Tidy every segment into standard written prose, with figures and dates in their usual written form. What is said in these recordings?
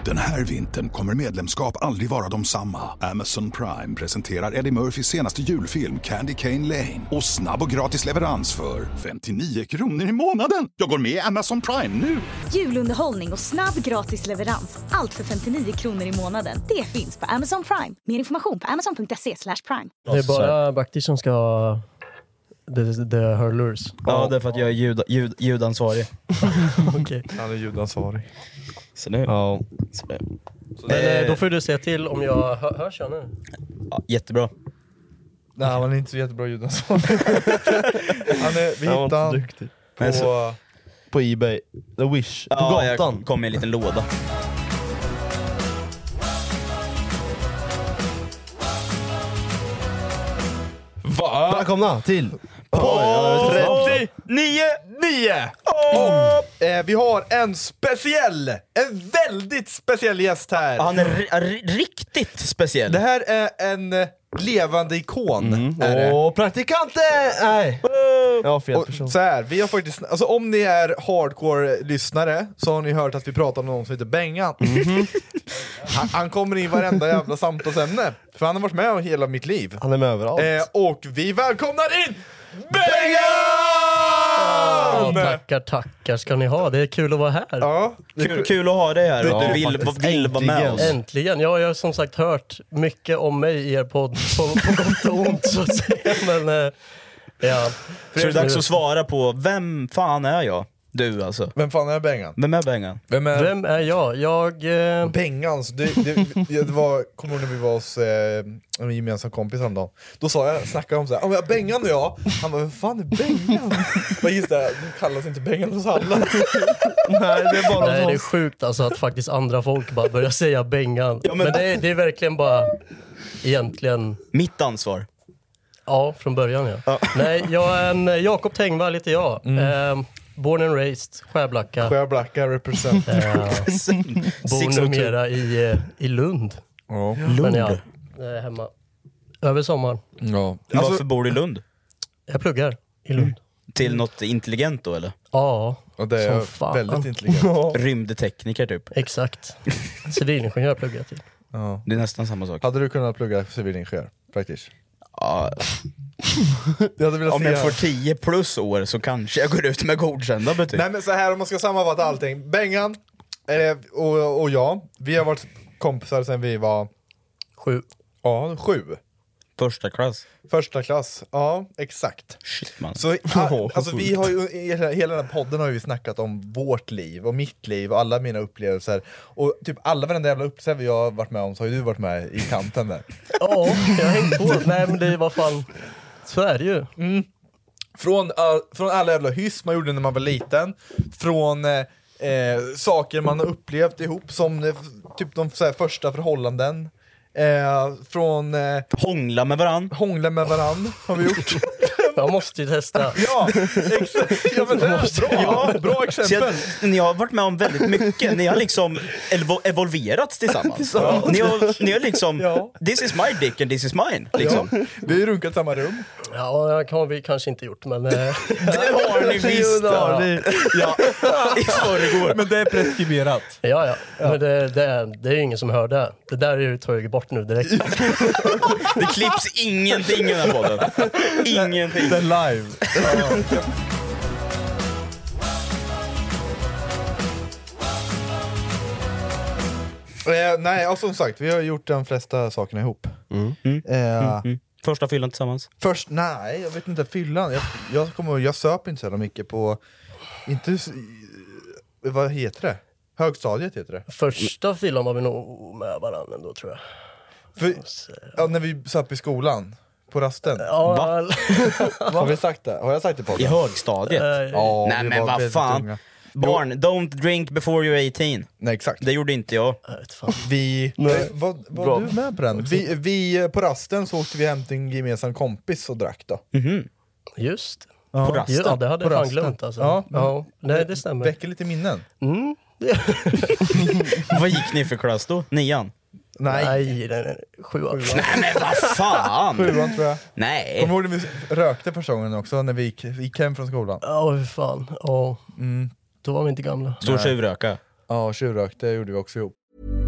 Den här vintern kommer medlemskap aldrig vara de samma. Amazon Prime presenterar Eddie Murphys senaste julfilm Candy Cane Lane. Och snabb och gratis leverans för 59 kronor i månaden. Jag går med i Amazon Prime nu. Julunderhållning och snabb gratis leverans. Allt för 59 kronor i månaden. Det finns på Amazon Prime. Mer information på amazon.se/prime. Det är bara Bakti som ska ha the hurlers. Ja, det är för att jag är ljudansvarig. Okej. Han är ljudansvarig. Så nu. Ja. Så nu. Men då får du säga till om jag hörs jag nu. Ja, jättebra. Nej, han är inte så jättebra ljudansvarig. Vi hittade han på eBay. The Wish. På gatan. Jag kom med en liten låda. Välkomna till 39! vi har en väldigt speciell gäst här. Han är riktigt speciell. Det här är en levande ikon. Är det. Och praktikanten! Nej. Ja, fel person. Så här, vi har faktiskt, alltså om ni är hardcore-lyssnare så har ni hört att vi pratar om någon som heter Bengan. Han kommer in i varenda jävla samtalsämne. För han har varit med hela mitt liv. Han är med överallt. Och vi välkomnar in Bengan! Tackar ska ni ha. Det är kul att vara här. Ja, Kul att ha dig här. Ja, Du vill vara med oss. Äntligen. Jag har som sagt hört mycket om mig i er podd på gott och ont så att säga. Men ja. Så det är dags att svara på vem fan är jag? Du alltså. vem fan är Bengan? Vem är Bengan? Vem är jag? Bengans, det var, kommer när vi var hos en gemensam kompis häromdagen. Då snackade om så här, ja Bengan och jag. Han bara, vad fan är Bengan? Vad just det, du kallas inte Bengan hos alla. Nej, det är bara Nej, det är sjukt alltså att faktiskt andra folk bara börjar säga Bengan. Ja, men det är verkligen bara egentligen Mitt ansvar. ja, från början ja. Nej, jag är en Jakob Tengvall heter jag. Born and raised, Skärblacka. Skärblacka represent. Bor numera i Lund. Ja. Men ja, hemma. Över sommaren. Ja. Varför bor du i Lund? Jag pluggar i Lund. Till något intelligent då eller? Ja, Och det som är fan. väldigt intelligent. Rymdtekniker typ. Exakt. Civilingenjör pluggar jag till. Ja. Det är nästan samma sak. Hade du kunnat plugga civilingenjör faktiskt? Ja, Jag hade velat om se jag får 10 plus år så kanske jag går ut med godkända betyg. Nej men så här, om man ska sammanfatta allting. Bengan och jag, vi har varit kompisar sedan vi var 7. Ja, 7. Första klass. Ja, exakt. Shit man. Så alltså vi har ju hela den här podden har ju snackat om vårt liv och mitt liv och alla mina upplevelser. Och typ alla varenda jävla upplevelser jag har varit med om så har ju du varit med i kanten där. Ja, jag har hängt på. Nej men det är vad fan. Så är det ju. Från alla jävla hyss man gjorde när man var liten. Från saker man har upplevt ihop som typ de så här, första förhållanden. Från Hångla med varann har vi gjort. Jag måste ju testa. Ja, exakt. Ja, men det är bra. Ja, bra exempel. Ni har varit med om väldigt mycket. Ni har liksom evolverats tillsammans. Ni har liksom this is my dick and this is mine liksom. Ja, vi har ju runkat samma rum. Ja, det har vi kanske inte gjort men Det har ni visst. Ja. I förrgår. Men det är preskriberat. Ja. Men det är ju ingen som hör det. Det där är ju tagit bort nu direkt. Det klipps ingenting i den här podden. Ingenting. Det är live. Nej, och som sagt, vi har gjort de flesta sakerna ihop. Första fyllan tillsammans. Först, nej, jag vet inte, fyllan. Jag söp inte så jävla mycket på, inte, vad heter det? Högstadiet heter det. Första fyllan var vi nog med varandra då tror jag. För, när vi söp i skolan, på rasten. Ja, Har vi sagt det? Har jag sagt det på I högstadiet? Ja, nej men vad fan. Barn, don't drink before you're 18. Nej, exakt. Det gjorde inte jag. Var du med på den? Vi på rasten så åkte vi hem till en gemensam kompis och drack då. Just Ja. På rasten? Ja, det hade jag fan glömt alltså. Ja, nej det stämmer. Väcker lite minnen. Vad gick ni för klass då? 9:an? Nej, 7:an. Nej men vad fan! 7:an tror jag. Nej. Kommer du ihåg när vi rökte första gången också när vi gick hem från skolan? Ja, hur fan. Ja. Då var vi inte gamla. Stor tjuvröka. Ja, tjuvrök, det gjorde vi också ihop.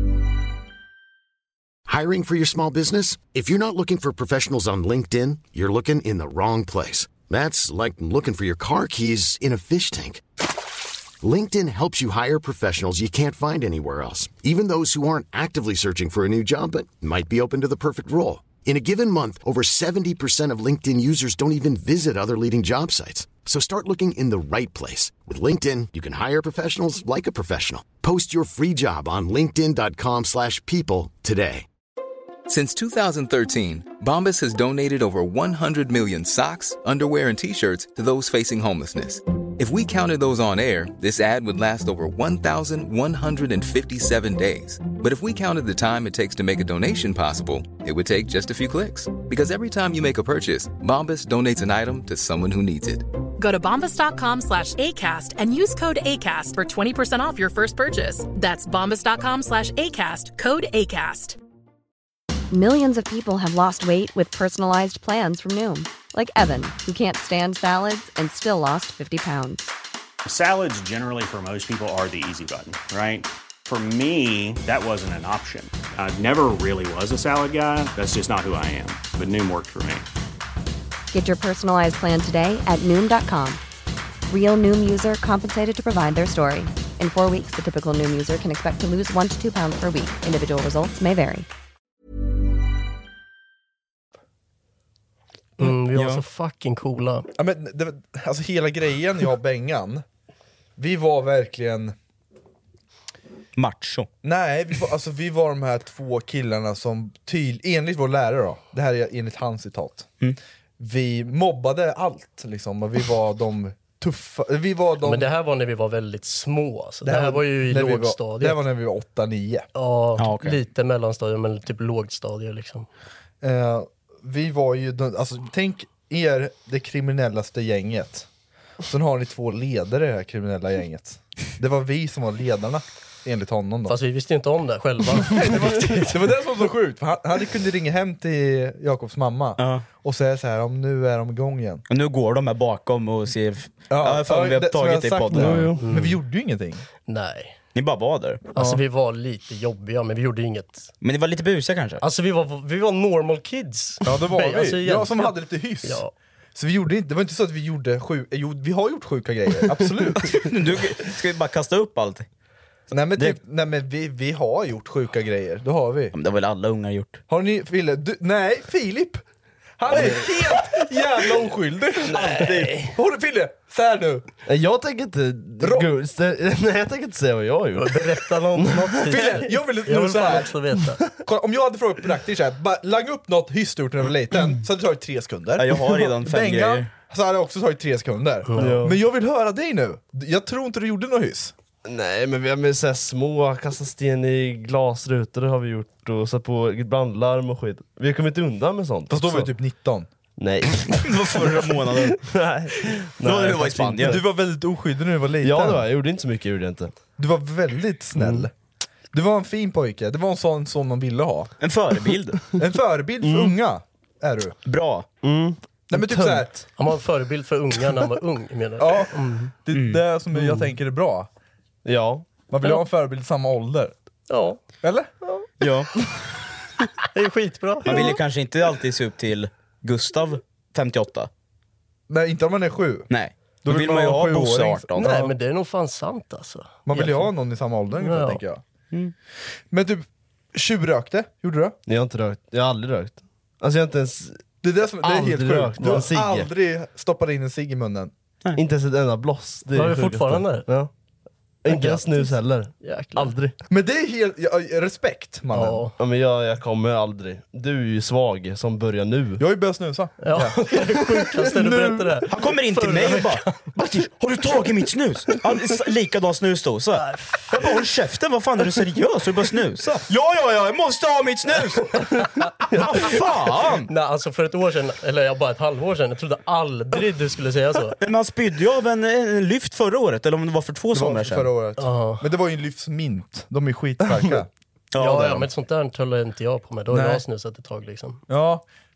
Hiring for your small business? If you're not looking for professionals on LinkedIn, you're looking in the wrong place. That's like looking for your car keys in a fish tank. LinkedIn helps you hire professionals you can't find anywhere else, even those who aren't actively searching for a new job but might be open to the perfect role. In a given month, over 70% of LinkedIn users don't even visit other leading job sites. So start looking in the right place. With LinkedIn, you can hire professionals like a professional. Post your free job on linkedin.com/people today. Since 2013, Bombas has donated over 100 million socks, underwear, and T-shirts to those facing homelessness. If we counted those on air, this ad would last over 1,157 days. But if we counted the time it takes to make a donation possible, it would take just a few clicks. Because every time you make a purchase, Bombas donates an item to someone who needs it. Go to bombas.com/ACAST and use code ACAST for 20% off your first purchase. That's bombas.com/ACAST, code ACAST. Millions of people have lost weight with personalized plans from Noom. Like Evan, who can't stand salads and still lost 50 pounds. Salads generally for most people are the easy button, right? For me, that wasn't an option. I never really was a salad guy. That's just not who I am. But Noom worked for me. Get your personalized plan today at Noom.com. Real Noom user compensated to provide their story. In 4 weeks, the typical Noom user can expect to lose 1 to 2 pounds per week. Individual results may vary. Vi var så fucking coola. Ja, men alltså hela grejen, jag och Bengan, vi var verkligen macho. Nej, vi var de här två killarna som enligt vår lärare då, det här är enligt hans citat, vi mobbade allt liksom, och vi var de tuffa, Men det här var när vi var väldigt små, så det här var ju i lågstadiet. Det här var när vi var 8-9. Ja, okay. Lite mellanstadiet, men typ lågstadiet liksom. Vi var ju, alltså tänk er det kriminellaste gänget. Sen har ni 2 ledare i det här kriminella gänget. Det var vi som var ledarna, enligt honom då. Fast vi visste inte om det själva. det var det som var så sjukt. För han kunde ringa hem till Jakobs mamma och säga så här, om nu är de igång igen. Och nu går de här bakom och ser vi har tagit i podden. Men vi gjorde ju ingenting. Nej. Ni bara var där. Alltså vi var lite jobbiga, men vi gjorde inget. Men ni var lite busiga kanske? Alltså vi var normal kids. Ja, det var vi. Alltså, ja, som hade lite hyss. Ja. Så vi gjorde inte, det var inte så att vi gjorde vi har gjort sjuka grejer, absolut. Du ska vi bara kasta upp allt? Nej men vi har gjort sjuka grejer, det har vi. Men det har väl alla ungar gjort. Har ni nej, Filip. Han är helt jävla oskyldig. Nej. Håll Fille, så här nu. Jag tänker inte jag tänker inte säga vad jag har gjort. Berätta något. Fille, jag vill så här veta. Om jag hade frågat praktiskt så här, bara langa upp något hystort när jag var liten, så hade det tagit 3 sekunder. Ja, jag har redan 5 grejer. Så hade det också tagit 3 sekunder. Ja. Men jag vill höra dig nu. Jag tror inte du gjorde något hyss. Nej, men vi har med så här små, kasta sten i glasrutor, det har vi gjort, och satt på brandlarm och skit. Vi har kommit undan med sånt. Fast då var vi typ 19. Nej. Det var förra månaden. Nej. Då var du i Spanien. Du var väldigt oskyldig när du var liten. Ja, det var jag. Gjorde inte så mycket, gjorde jag inte. Du var väldigt snäll. Du var en fin pojke. Det var en sån som man ville ha. En förebild. En förebild för unga är du. Bra. Nej, men typ så här. Han var en förebild för unga när han var ung, menar du? Ja, det är det som jag tänker är bra. Ja. Man vill ha en förebild i samma ålder. Ja. Eller? Ja. Det är skitbra. Man vill ju kanske inte alltid se upp till Gustav 58. Nej, inte om man är 7. Nej. Då vill man ju ha Bosse 18. Nej, men det är nog fan sant alltså. Man vill ju ha någon i samma ålder ungefär, tänker jag. Men typ, tjuvrökte, gjorde du? Jag har inte rökt. Jag har aldrig rökt. Alltså jag har inte ens... Det är helt sjukt. Du har cigg. aldrig stoppat in en cigg i munnen. Nej. Inte ens ett enda bloss. Det har vi fortfarande? Ja. Inte en snus heller. Jäklar. Aldrig. Men det är helt respekt, mannen. Ja, men jag kommer aldrig. Du är ju svag som börjar nu. Jag har ju börjat snusa. Ja, det är det sjukaste du berättar det. Han kommer in till mig och bara, Martin, har du tagit mitt snus? Han är likadan snusdosa. Jag bara, håll käften, vad fan är du seriös? Du bara snusa. Ja, jag måste ha mitt snus. Vad fan? Nej, alltså för ett år sedan, eller bara ett halvår sedan, jag trodde aldrig du skulle säga så. Men man spydde ju av en lyft förra året, eller om det var för 2 somrar sedan. Året. Men det var ju en lyftsmint. De är skitstarka. Ja, men sånt där höll inte jag på med. Då har jag snusat ett tag liksom. Ja,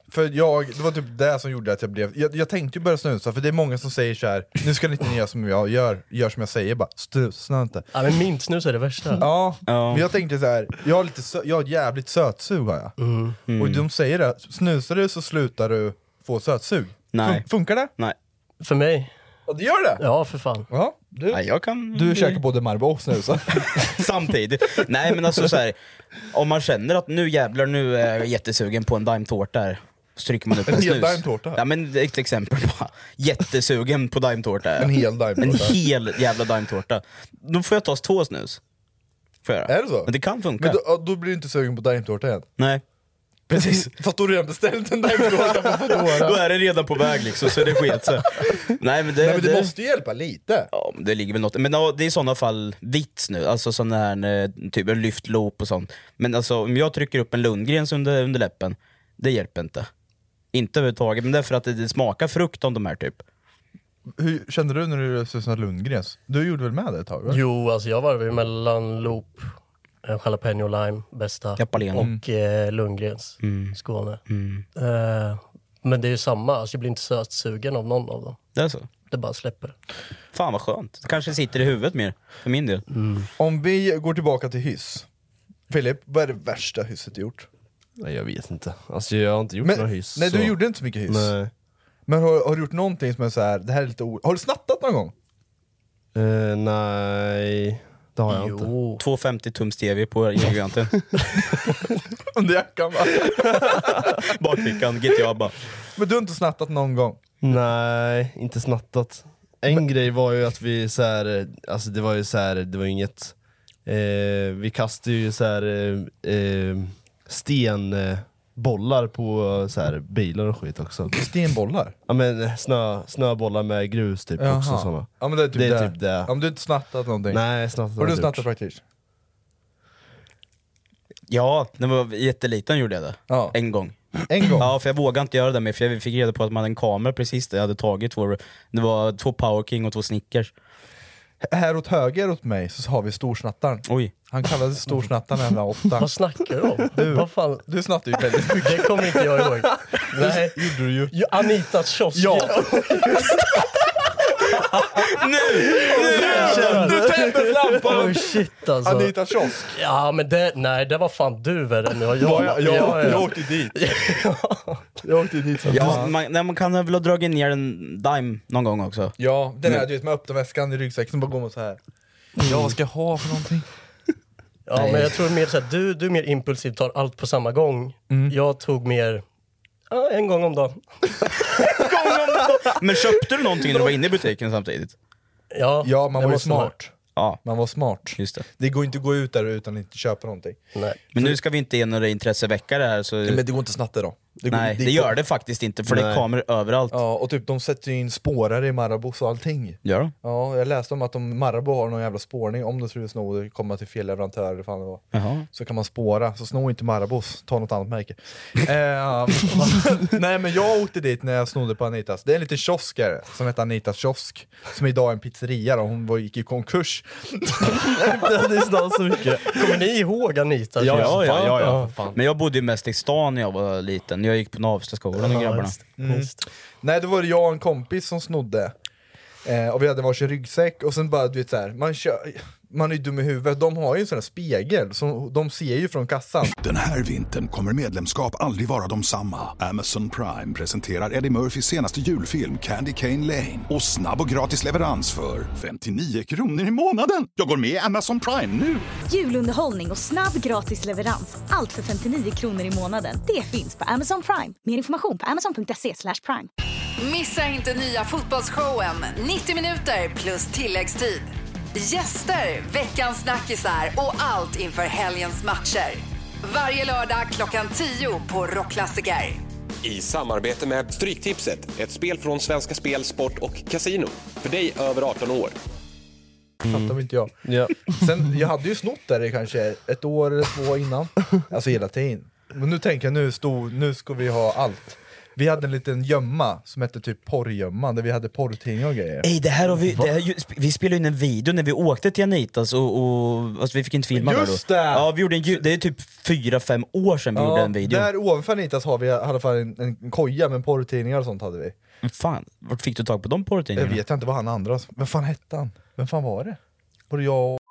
För det var typ det som gjorde att jag blev... Jag tänkte ju börja snusa, för det är många som säger så här: nu ska ni inte göra som jag gör som jag säger, bara snusna inte. Ja, men mintsnus är det värsta. Ja, men jag tänkte så här: jag har ett jävligt sötsug har jag. Och de säger det, snusar du så slutar du få sötsug. Nej. Funkar det? Nej. För mig. Ja, det gör det? Ja, för fan. Ja, du käkar både Marabou och snusa. Samtidigt. Nej, men alltså så här, om man känner att nu är jag jättesugen på en daimtårta här, så trycker man upp en snus. hel daimtårta? Ja, men ett exempel bara. Jättesugen på daimtårta. En hel daimtårta. En hel jävla daimtårta. Då får jag ta 2 snus. Får jag. Är det så? Men det kan funka. Men då blir du inte sugen på daimtårta än. Nej. Precis. Fast då har du redan beställt en daimtårta på Foodora. Då är det redan på väg liksom, så det sket sig. Nej, men det måste ju hjälpa lite. Ja, det ligger väl något. Men det är i sådana fall vitt nu, alltså sån här typ en lyftloop och sånt. Men alltså om jag trycker upp en Lundgrens under läppen, det hjälper inte. Inte överhuvudtaget, men det är för att det smakar frukt om de här typ. Hur kände du när du såg Lundgrens? Du gjorde väl med det ett tag? Va? Jo, alltså jag var mellan loop, jalapeno lime, bästa, och Lundgrens, Skåne. Men det är ju samma, alltså jag blir inte sötsugen av någon av dem. Det är så? Det bara släpper. Fan vad skönt. Det kanske sitter i huvudet mer, för min del. Om vi går tillbaka till hyss. Filip, vad är det värsta hysset du gjort? Nej, jag vet inte. Alltså jag har inte gjort några hyss. Nej, du gjorde inte så mycket hyss. Nej. Men har du gjort någonting som är så här, det här är lite har du snattat någon gång? Nej, det har jag inte. 250 tums TV på giganten. Under jackan va? Bakfickan, GTA bara. Men du har inte snattat någon gång? Nej, inte snattat. En grej var ju att vi så här, alltså det var ju så här, det var inget vi kastade ju så här stenbollar på så här bilar och skit också. Stenbollar? Ja, men snöbollar med grus typ. Också såna. Ja, men det är typ det. Ja, men du har inte snattat någonting? Nej, snattat. Har du snattat faktiskt? Ja, när jag var jätteliten gjorde jag det. Ja. En gång. En gång? Ja, för jag vågade inte göra det med, för jag fick reda på att man hade en kamera precis där jag hade tagit det var 2 Power King och 2 Snickers. Här åt höger åt mig så har vi storsnattaren. Oj. Han kallades storsnattaren när han var 8. Vad snackar du om? Vad fan? Du snattar ju väldigt mycket. Det kommer inte jag ihåg. Nej. Gjorde du ju. Ja, Anitas kiosk. Ja. Nu tändes lampan. Oh shit alltså. Anita kiosk. Ja, men det var fan du värre än jag åkte dit. Jag åkte dit. Ja, man kan väl ha dragit ner en dime någon gång också. Ja, den här, du vet, man öppnar väskan i ryggsäcken och bara går man så här. Ja, vad ska jag ha för någonting? Ja, men jag tror mer så här, du är mer impulsiv, tar allt på samma gång. Jag tog mer en gång om dagen. Men köpte du någonting när du var inne i butiken samtidigt? Ja, man var ju smart. Ja. Man var smart. Just det. Det går inte att gå ut där utan att inte köpa någonting. Nej. Men nu ska vi inte ge några intresseväckare här så... Men det går inte snatta då. Det gör det faktiskt inte, för det är kameror överallt. Ja, och typ de sätter in spårare i Marabous och allting. Gör Ja, jag läste om att Marabou har någon jävla spårning om du skulle sno och komma till fel leverantör eller fan det var. Jaha. Så kan man spåra, så sno inte Marabous, ta något annat märke. Nej, men jag åkte dit när jag snodde på Anitas. Det är en liten kiosk här, som heter Anitas kiosk, som idag är en pizzeria då. Hon gick i konkurs. Det är snart så mycket. Kommer ni ihåg Anita? Ja. Men jag bodde ju mest i stan när jag var liten. Jag gick på Navstaskolan och grabbarna. Nej, då var det jag och en kompis som snodde. Och vi hade varsin ryggsäck. Och sen bara, du vet så här, man är ju dum i huvudet. De har ju en sån här spegel, så de ser ju från kassan. Den här vintern kommer medlemskap aldrig vara de samma. Amazon Prime presenterar Eddie Murphys senaste julfilm Candy Cane Lane. Och snabb och gratis leverans för 59 kronor i månaden. Jag går med i Amazon Prime nu. Julunderhållning och snabb gratis leverans. Allt för 59 kronor i månaden. Det finns på Amazon Prime. Mer information på amazon.se/prime. Missa inte nya fotbollsshowen 90 minuter plus tilläggstid. Gäster, veckans snackisar och allt inför helgens matcher. Varje lördag klockan 10 på Rockklassiker. I samarbete med Stryktipset, ett spel från Svenska Spel, Sport och Casino. För dig över 18 år. Fattar inte jag. Ja. Sen, jag hade ju snott där i kanske 1 år eller 2 innan. Alltså hela tiden. Men nu tänker jag, nu ska vi ha allt. Vi hade en liten gömma som hette typ porrgömma, där vi hade porrtidningar och grejer. Ej, det här har vi spelade in en video när vi åkte till Anitas och alltså, vi fick inte filma Just där då. det! Ja, vi gjorde det är typ 4-5 år sedan vi gjorde en video. Där ovanför Anitas har vi i alla fall en koja med porrtidningar och sånt hade vi. Men fan, vart fick du tag på de porrtidningarna? Jag vet inte vad han andra. Vem fan hette han? Vem fan var det? Var det jag och...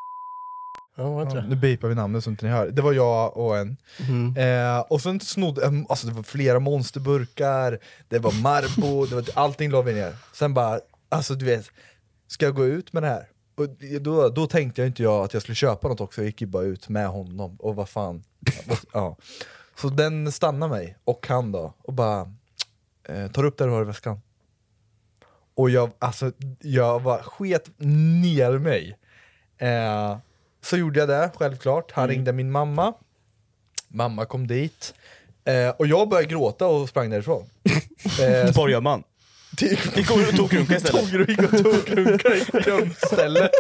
nu bipar vi namnet så inte ni hör. Det var jag och en. Och sen snodde, alltså det var flera monsterburkar, det var Marbo, det var allting la vi ner. Sen bara, alltså du vet, ska jag gå ut med det här? Och då tänkte jag inte att jag skulle köpa något också. Jag gick ju bara ut med honom. Och vad fan. Ja. Så den stannade mig och han då och bara tar upp det du har i väskan. Och jag var sket ner mig. Så gjorde jag det, självklart. Han ringde min mamma. Mamma kom dit. Och jag började gråta och sprang därifrån. Vad gör man? Gick och tog krunka istället. Gick och tog krunka i grundstället.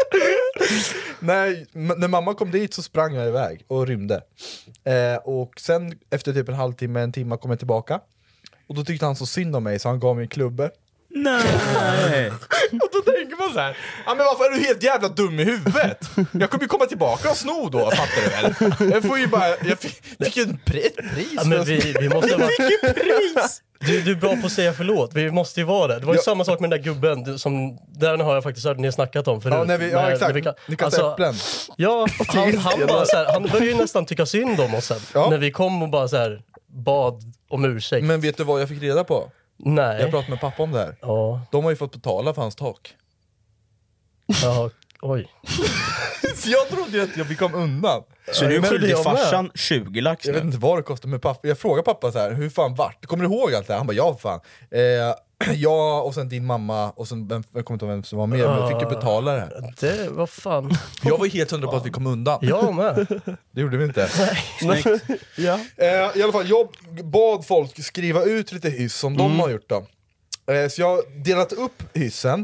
När mamma kom dit så sprang jag iväg och rymde. Och sen efter typ en timme kom jag tillbaka. Och då tyckte han så synd om mig så han gav mig en klubbe. Nej. Och då tänker man så här: ja men varför är du helt jävla dum i huvudet? Jag kommer ju komma tillbaka och sno då, fattar du väl? Jag får ju bara, jag fick ju ett pris. Ja, men vi måste vara... fick ett pris! Du är bra på att säga förlåt, vi måste ju vara det. Det var ju samma sak med den där gubben som, den har jag faktiskt hört ni har snackat om förut. Ja, exakt, ni kastade äpplen. Ja, han bara så här, han började ju nästan tycka synd om oss sen. När vi kom och bara så här bad om ursäkt. Men vet du vad jag fick reda på? Nej. Jag pratade med pappa om det här. Ja. De har ju fått betala för hans tak. Ja, oj. Så jag trodde ju att jag kom undan. Så du skyldig farsan 20 lax nu? Jag vet inte vad det kostar, men pappa, jag frågar pappa så här: hur fan vart? Kommer du ihåg allt det här? Han bara, ja fan. Jag och sen din mamma och sen, jag kommer inte ihåg vem som var med, men jag fick ju betala det här. Det var fan. Jag var helt hundra på att vi kom undan. Jag med. Det gjorde vi inte. Nej. Ja. I alla fall, jag bad folk skriva ut lite hyss som de har gjort då. Så jag har delat upp hyssen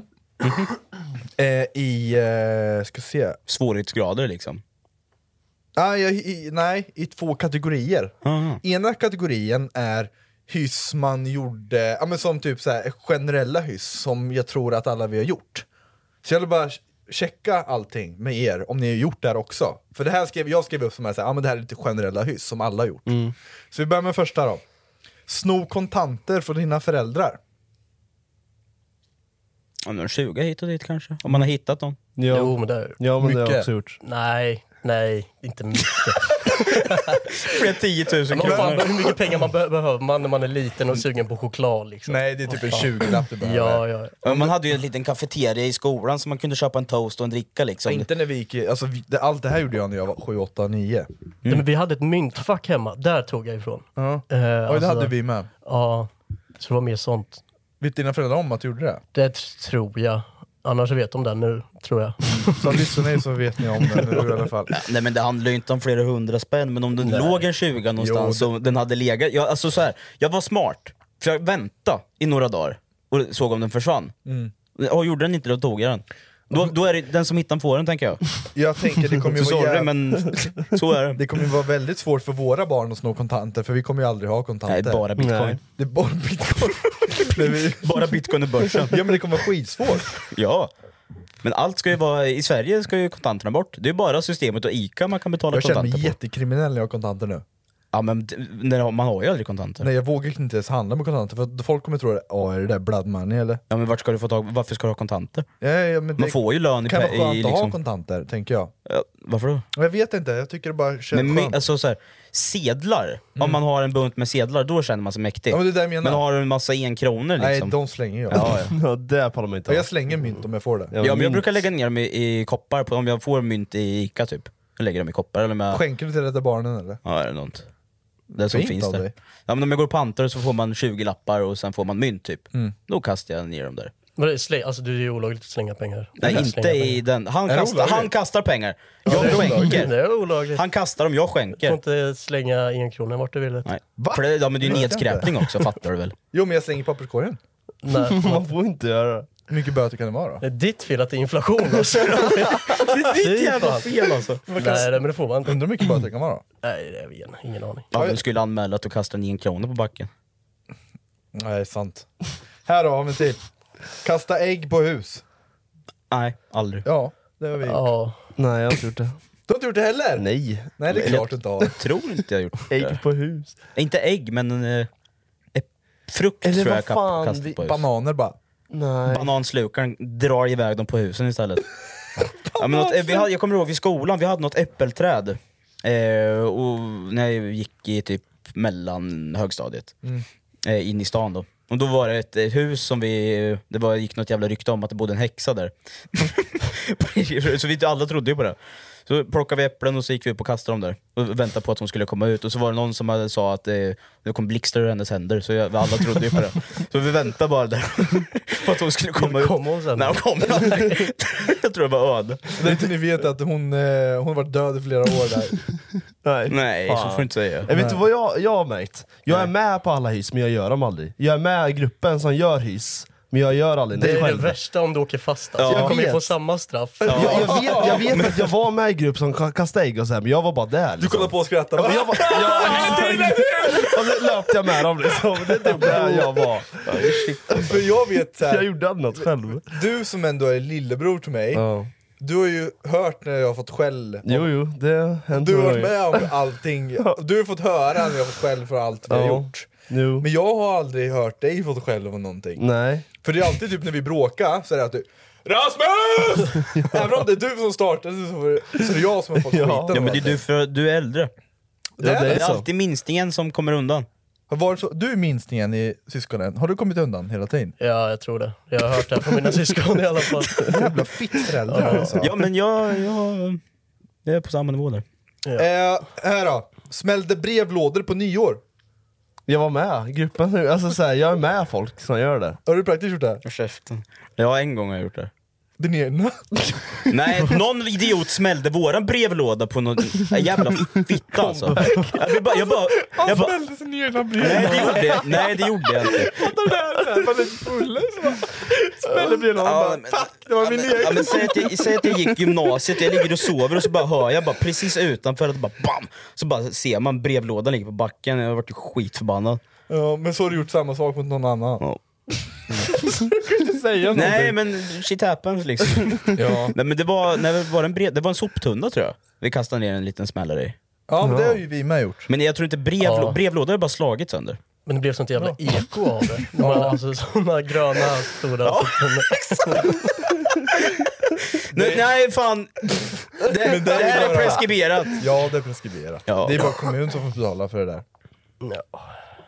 i, ska se, svårighetsgrader liksom. Nej, i 2 kategorier. Ena kategorien är hyss man gjorde, men som typ så här generella hyss som jag tror att alla vi har gjort. Så jag vill bara checka allting med er om ni har gjort det här också. För det här jag skrev upp som här, men det här är lite generella hyss som alla har gjort. Så vi börjar med första då. Sno kontanter från dina föräldrar. Om de 20 hit och dit kanske. Om man har hittat dem. Ja. Jo, men det det har jag också gjort. Nej, inte mycket. Fler 10 000 kronor. Fan, hur mycket pengar man behöver man när man är liten och sugen på choklad liksom. Nej, det är typ en 20-lapp du behöver. Ja. Man hade ju en liten kafeteria i skolan så man kunde köpa en toast och en dricka liksom. Inte när vi gick allt det här gjorde jag när jag var 7, 8, 9. Nej, men vi hade ett myntfack hemma, där tog jag ifrån. Det hade vi med. Ja, så det var mer sånt. Vet dina föräldrar om att du gjorde det? Det tror jag. Annars vet de det nu, tror jag. Så lyssnar ni så vet ni om det nu i alla fall. Nej, men det handlar ju inte om flera 100 spänn. Men om den låg en 20 någonstans och den hade legat... Jag var smart. För jag väntade i några dagar och såg om den försvann. Och gjorde den inte, då tog jag den. Då är det den som hittar får den, tänker jag. Jag tänker det kommer ju vara men så är det. Det kommer ju vara väldigt svårt för våra barn att sno kontanter, för vi kommer ju aldrig ha kontanter. Nej, bara bitcoin. Nej. Det är bara bitcoin. Bara bitcoin och börsen. Ja, men det kommer vara skitsvårt. Ja. Men allt ska ju vara, i Sverige ska ju kontanterna bort. Det är bara systemet och ICA man kan betala kontanter på. Jag känner mig jättekriminell när jag har kontanter nu. Ja, men man har ju aldrig kontanter. Nej, jag vågar inte ens handla med kontanter, för folk kommer tro att är det där blood money eller? Ja, men varför ska du ha kontanter? Ja, men man får ju lön i kan vara skönt liksom... att ha kontanter, tänker jag. Ja, varför då? Jag vet inte, jag tycker det bara känns skönt. Alltså så här, sedlar, om man har en bunt med sedlar, då känner man sig mäktig. Ja, men, det där menar. Men har du en massa 1 kronor liksom? Nej, de slänger jag. Ja, det pallar man inte. Jag slänger mynt om jag får det. Ja, men jag brukar lägga ner dem i koppar, om jag får mynt i ICA typ. Jag lägger dem i koppar. Eller med... Skänker du till Rädda Barnen eller? Ja, det är något. Det som finns där. Ja, men om jag går på panter så får man 20 lappar och sen får man mynt typ. Då kastar jag ner dem där. Men alltså det är ju olagligt att slänga pengar. Nej, inte i den. Han kastar pengar. Jag skänker. Det är olagligt. Han kastar dem, jag skänker. Du får inte slänga 1 krona vart du vill. Nej. För det, men det är ju nedskräpning också, fattar du väl? Jo, men jag slänger papperskorgen. Nej, man får inte göra. Hur mycket böter kan det vara då? Det är ditt fel att det är inflation alltså. Det är ditt jävla fel alltså. Nej, men det får man inte. Undrar hur mycket böter kan vara då? Nej, det är ingen aning. Ja, du skulle anmäla att du kastar 9 kronor på backen. Nej, det är sant. Här då har vi till. Kasta ägg på hus. Nej, aldrig. Ja, det har vi gjort. Nej, jag har inte gjort det. Du har inte gjort det heller? Nej. Nej, det är klart du inte har. Jag tror inte jag har gjort det. Ägg på hus. Inte ägg, men frukt eller tror jag kastat på hus. Bananer bara. Nej. Bananslukaren drar iväg dem på husen istället. Ja, men jag kommer ihåg vid skolan, vi hade något äppelträd. Och när jag gick i typ mellan högstadiet. In i stan då. Och då var det ett hus som gick något jävla rykte om att det bodde en häxa där. Så vi alla trodde ju på det. Så plockade vi äpplen och så gick vi upp och kastade dem där. Och väntade på att hon skulle komma ut. Och så var det någon som sa att det kom blixtar ur hennes händer. Så alla trodde ju på det. Så vi väntade bara där på att hon skulle komma ut. Kom hon sen? Nej, hon kom aldrig. Jag tror det var öde. Det är inte ni vet att hon var död i flera år där. Nej, så får du inte säga. Jag vet inte vad jag har märkt. Jag är med på alla hyss, men jag gör dem aldrig. Jag är med i gruppen som gör hyss, men jag gör aldrig det. Det är själv. det värsta om du åker fast. Alltså. Jag kommer ju få samma straff. Jag vet att jag var med i grupp som kastade ägg och så här, men jag var bara där. Liksom. Du kollade på och skrattade. Och så löpte jag med dem liksom. Det är typ där jag var. För jag vet så här, jag gjorde annat själv. Du som ändå är lillebror till mig. Du har ju hört när jag har fått skäll. Jo, det händer. Du har varit med om allting. Du har fått höra när jag har fått skäll för allt vi har gjort. Jo. Men jag har aldrig hört dig fått skäll om någonting. Nej. För det är alltid typ när vi bråkar så är det att du Rasmus! Även om det är du som startade så är det jag som har fått skiten. Ja, men det är du för du är äldre. Det är alltid minstingen som kommer undan. Du är minstingen i syskonen. Har du kommit undan hela tiden? Ja, jag tror det. Jag har hört det från mina syskon i alla fall. Jävla fitt föräldrar alltså. Ja, men jag är på samma nivå där. Här då. Smällde brevlådor på nyår. Jag var med i gruppen nu. Alltså så här, jag är med folk som gör det. Har du praktiskt gjort det? Käften. Ja, en gång har jag gjort det. Den egna? Nej, någon idiot smällde våran brevlåda på någon jävla fitta alltså. Han smällde sin egna brevlåda. Nej, det gjorde jag inte. Fattar du det här? Man är full smällde brevlådan bara, fuck, det var min egen. Ja, men säg att jag gick gymnasiet, jag ligger och sover och så bara hör jag bara precis utanför att bara bam! Så bara ser man brevlådan ligger på backen, jag har varit skitförbannad. Ja, men så har du gjort samma sak mot någon annan. Ja. Du kan inte säga någonting. Nej, men shit happens liksom. Ja. Nej, men det var en soptunna tror jag. Vi kastade ner en liten smällare i. Ja, men det har ju vi med gjort. Men jag tror inte brevlådor är bara slagit sönder. Men det blev sånt jävla eko av det. Alltså såna gröna stora soptunnor. Nej, fan. Det här är preskriberat. Ja, det är preskriberat. Ja. Det är bara kommun som får betala för det där. Ja.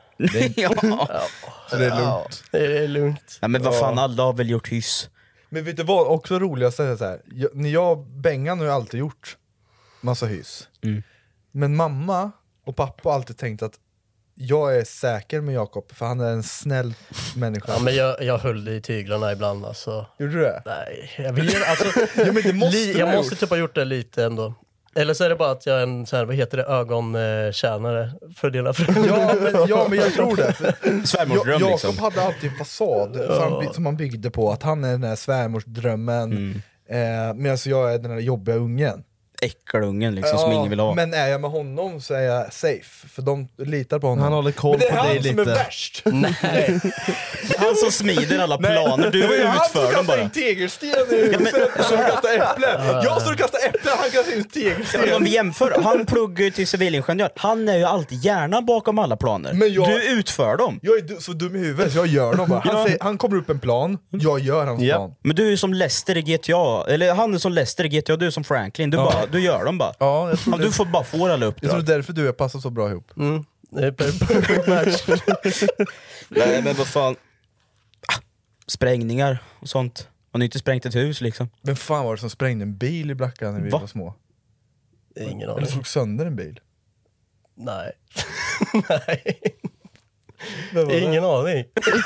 Så det är lugnt. Det är lugnt. Ja, men vad fan, alla har väl gjort hyss. Men vet du vad, också roligast är så här. När jag Bengan har ju alltid gjort massa hyss. Men mamma och pappa har alltid tänkt att jag är säker med Jakob, för han är en snäll människa. Ja, men jag höll det i tyglarna ibland alltså. Gjorde du det? Nej, jag vill alltså, ja, men det måste jag måste typ ha gjort det lite ändå. Eller så är det bara att jag är en så här, vad heter det, ögontjänare för dina föräldrar. Ja, men jag tror det. Svärmorsdröm Jakob liksom. hade alltid en fasad som han byggde på, att han är den här svärmorsdrömmen. Medan jag är den här jobbiga ungen. Äckelungen liksom, som ingen vill ha. Men är jag med honom så är jag safe, för de litar på honom. Han håller koll på dig lite. Men det är han som är värst. Nej. Det är han som smider alla planer. Du utför dem bara. Han tegelsten i huset. Så han kastar äpplen. Jag står och kastar äpplen, han kastar in tegelsten. Om vi jämför, han pluggar ju till civilingenjör. Han är ju alltid gärna bakom alla planer. Men du utför dem. Jag är så dum i huvudet så jag gör dem bara. Han kommer upp en plan, jag gör hans plan. Men du är som Lester i GTA. Eller han är som Lester i GTA, du är som Franklin. Du gör dem bara. Ja, du får bara få alla uppdrag. Jag tror därför du passar så bra ihop. Det är perfect match. Nej, men vad fan. Sprängningar och sånt. Man har inte sprängt ett hus liksom. Men fan var det som sprängde en bil i Blacka när vi var små? Ingen aning. Eller slog sönder en bil? Nej. Nej. Ingen aning.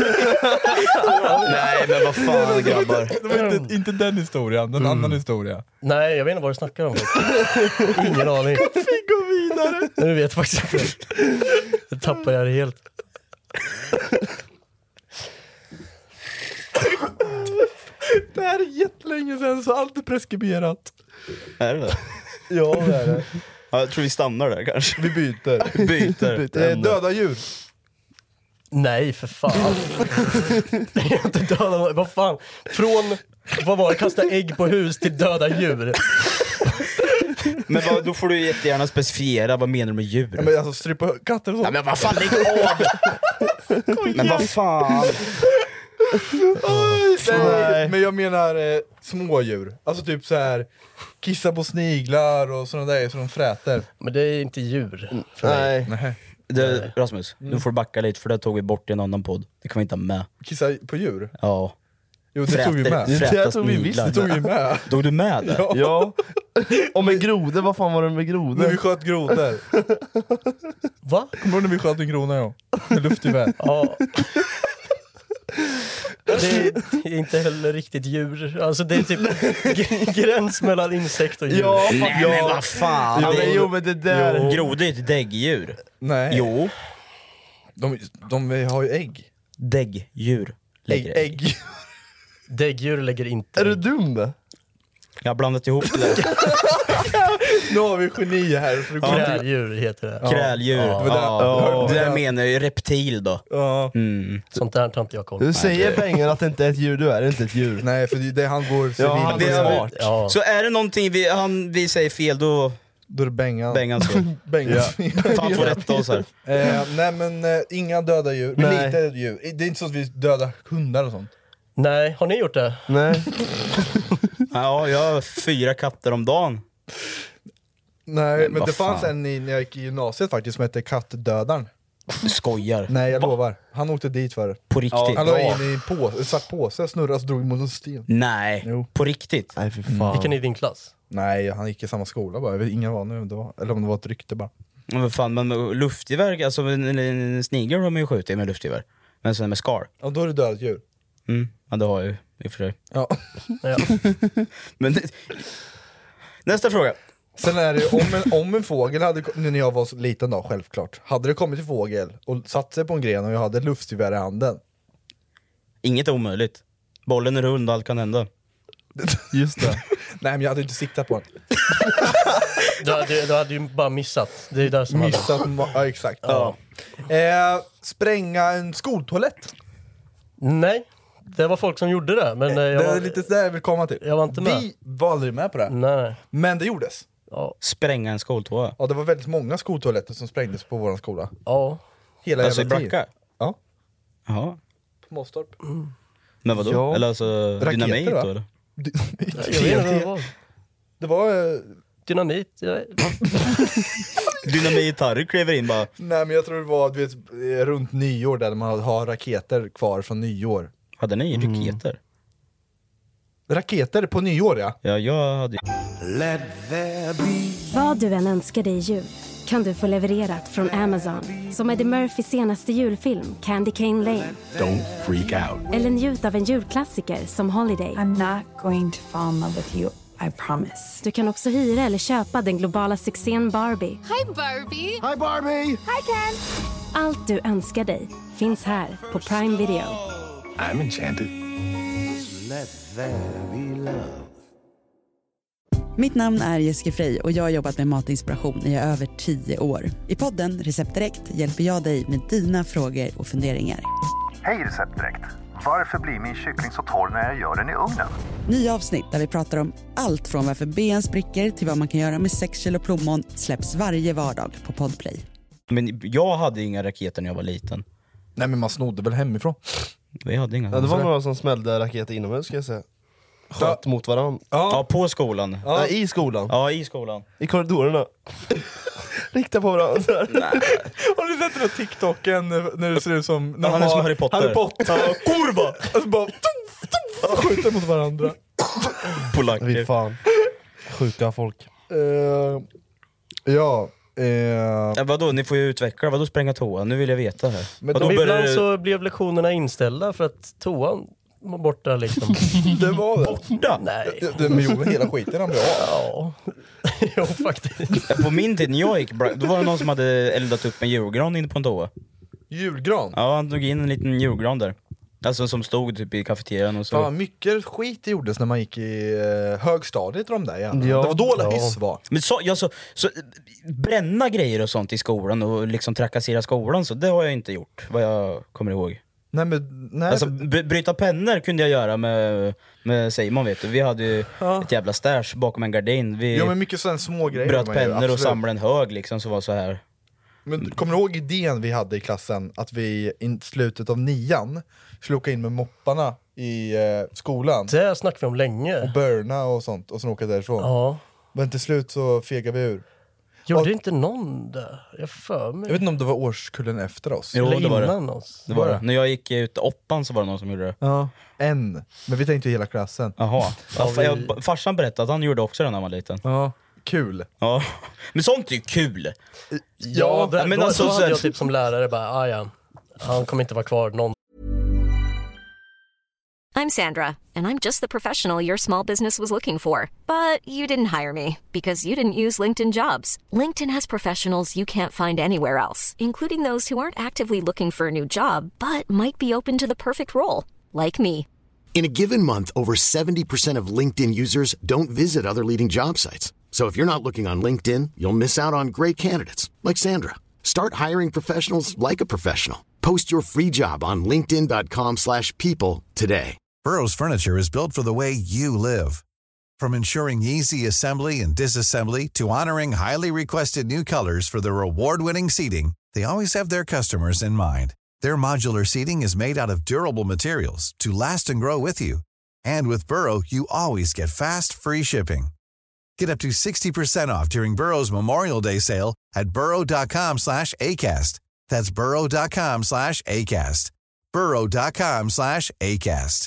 Nej, men vad fan grabbar. Det var inte den historien, den annan historia. Nej, jag vet inte vad du snackar om. Ingen aning. Vi går vidare. Nu vet jag faktiskt inte. Nu tappar jag det helt. Det här är jättelänge sedan, så allt är preskriberat. Är det? Ja, det är det. Ja, jag tror vi stannar där kanske. Vi byter. Byter. Döda djur. Nej, för fan. Jag har inte dödat. Vad fan? Från, vad var det? Kasta ägg på hus till döda djur. Men då får du jättegärna specifiera, vad menar du med djur? Ja, men alltså strypa katter och så. Ja, men vad fan, lägg av! Men vad fan? Nej, men jag menar små djur. Alltså typ så här kissa på sniglar och sådana där, så de fräter. Men det är inte djur för mig. Nej. Rasmus, nu får du backa lite, för det tog vi bort i en annan podd. Det kan vi inte ha med. Kissa på djur? Ja. Jo, det tog vi med. Det tog vi visst. Det tog vi med. Tog du med det? Ja. Och med grodor, vad fan var det med grodor? När vi sköt grodor. Va? Kommer du ihåg när vi sköt en grona, ja? Med luftgevär. Ja. Det är inte heller riktigt djur. Alltså det är typ gräns mellan insekt och djur. Ja, Nej, men vad fan. Ja, men, jo, men det där... Grodor är ett däggdjur. Nej. Jo. De har ju ägg. Däggdjur lägger ägg. Däggdjur lägger inte. Är du dum? Jag har blandat ihop det där. Nu har vi geni här. Kräldjur heter det. Kräldjur. Ja. Det där menar jag reptil då. Ja. Sånt där tar inte jag koll på. Du säger pengar att det inte är ett djur, du är inte ett djur. Nej, för det han går ja, han är smart. Ja. Så är det någonting vi säger fel, då är det Bengan. Bengans fel. Bengans. Fan får rätta oss här. Nej men inga döda djur. Men lite djur. Det är inte så att vi dödar hundar och sånt. Nej, har ni gjort det? Nej. Ja, jag har 4 katter om dagen. Nej, men det fanns en när jag gick i gymnasiet faktiskt som hette Kattdödaren. Du skojar. Nej, jag lovar. Han åkte dit för det. På riktigt? Han la in i en svart påse, snurrade och drog mot en sten. Nej, på riktigt? Nej, för fan. Gick han i din klass? Nej, han gick i samma skola bara. Jag vet inga var nu det var. Eller om det var ett rykte bara. Men vad fan, men luftgevär, alltså en snigel har man ju skjutit med luftgevär. Men sen med skar. Ja, då är det dödat djur. Ja, det har jag ju i och för sig. Ja. Men nästa fråga. Sen är det om en fågel hade, nu när jag var så liten då, självklart. Hade det kommit en fågel och satt sig på en gren och jag hade ett luftgevär i handen. Inget är omöjligt. Bollen är rund, allt kan hända. Just det. Nej, men jag hade inte siktat på den. Du hade ju bara missat. Det är där som missat, ja exakt. Ja. Spränga en skoltoalett. Nej, det var folk som gjorde det. Men det är lite där jag vill komma till. Jag var inte med. Vi var aldrig med på det. Nej. Men det gjordes. Ja. Spränga en skoltoa. Ja, det var väldigt många skoltoaletter som sprängdes på vår skola. Ja. Hela alltså jävla bracka? Ja. Jaha. På Måstorp. Men vadå? Ja. Eller alltså raketer, dynamit va? då eller? Det var dynamit. Dynamit-Harry klever in bara. Nej, men jag tror det var, du vet, runt nyår där man har raketer kvar från nyår. Hade ni raketer? Raketer på nyår, ja. Ja, jag hade. Vad du än önskar dig i jul kan du få levererat från Amazon. Som Eddie Murphys senaste julfilm Candy Cane Lane. Don't freak out. Eller njut av en julklassiker som Holiday. I'm not going to fall in love with you, I promise. Du kan också hyra eller köpa den globala succén Barbie. Hi Barbie! Hi Barbie! Hi Ken! Allt du önskar dig finns här på Prime Video. I'm enchanted. Mitt namn är Jessica Frey och jag har jobbat med matinspiration i över 10 år. I podden Recept Direkt hjälper jag dig med dina frågor och funderingar. Hej Recept Direkt! Varför blir min kyckling så torr när jag gör den i ugnen? Nya avsnitt där vi pratar om allt från varför ben spricker till vad man kan göra med 6 kilo plommon släpps varje vardag på Podplay. Men jag hade inga raketer när jag var liten. Nej, men man snodde väl hemifrån. Vi hade inga. Ja, det var några som smällde raketer inomhus, ska jag säga. Sköt mot varandra. Ja, på skolan. Ja. Nej, i skolan. Ja, i skolan. I korridorerna. Rikta på varandra. Har du sett den här TikToken när det ser ut som... När han är som Harry Potter. Harry Potter. Kurva! Alltså bara... skjuter mot varandra. Polacker. Fy fan. Sjuka folk. Ja. Vadå, ni får ju utveckla. Vadå spränga toa? Nu vill jag veta här. Men ibland så blev lektionerna inställda för att toan var borta liksom. Det var det. Borta? Nej. Men jo, hela skiten han blev av. Ja. Jo, faktiskt. På min tid när jag gick, då var det någon som hade eldat upp en julgran inne på en toa. Julgran? Ja, han tog in en liten julgran där. Alltså som stod typ i kafeterian och så. Fan, mycket skit gjordes när man gick i högstadiet de där igen. Det var då hiss var. Men så bränna grejer och sånt i skolan och liksom trakassera skolan, så det har jag inte gjort, vad jag kommer ihåg. Nej. Alltså bryta pennor kunde jag göra med Simon, vet du. Vi hade ju ett jävla stash bakom en gardin. Vi men mycket sådana små grejer. Bröt pennor och samlade en hög liksom, så var så här. Men kommer du ihåg idén vi hade i klassen att vi i slutet av 9:an skulle åka in med mopparna i skolan? Det snackade vi om länge. Och burna och sånt, och sen åka därifrån. Ja. Men till slut så fegade vi ur. Gjorde inte någon där? Jag vet inte om det var årskullen efter oss. Jo, det var innan oss. Det var det. När jag gick ut 8:an så var det någon som gjorde det. Ja, men vi tänkte hela klassen. Jaha. Farsan berättade att han gjorde också det när han var liten. Ja, kul. Ja. Men sånt är ju kul. Ja, men då hade jag typ som lärare bara, ja, han kommer inte vara kvar någon. I'm Sandra, and I'm just the professional your small business was looking for. But you didn't hire me because you didn't use LinkedIn Jobs. LinkedIn has professionals you can't find anywhere else, including those who aren't actively looking for a new job, but might be open to the perfect role, like me. In a given month, over 70% of LinkedIn users don't visit other leading job sites. So if you're not looking on LinkedIn, you'll miss out on great candidates like Sandra. Start hiring professionals like a professional. Post your free job on linkedin.com/people today. Burrow's furniture is built for the way you live. From ensuring easy assembly and disassembly to honoring highly requested new colors for their award-winning seating, they always have their customers in mind. Their modular seating is made out of durable materials to last and grow with you. And with Burrow, you always get fast, free shipping. Get up to 60% off during Burrow's Memorial Day sale at burrow.com/ACAST. That's burrow.com/ACAST. burrow.com/ACAST.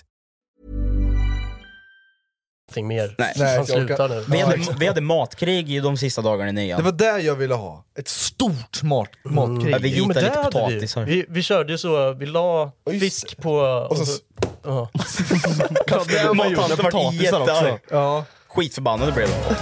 Mer. Nej, vi hade matkrig i de sista dagarna i 9:an. Det var där jag ville ha. Ett stort matkrig. Ja, vi hitade lite potatis här. Vi körde ju så, vi la fisk på... Och så... Ja. Mattanten var jättearg. Ja. Skitförbannade blev det.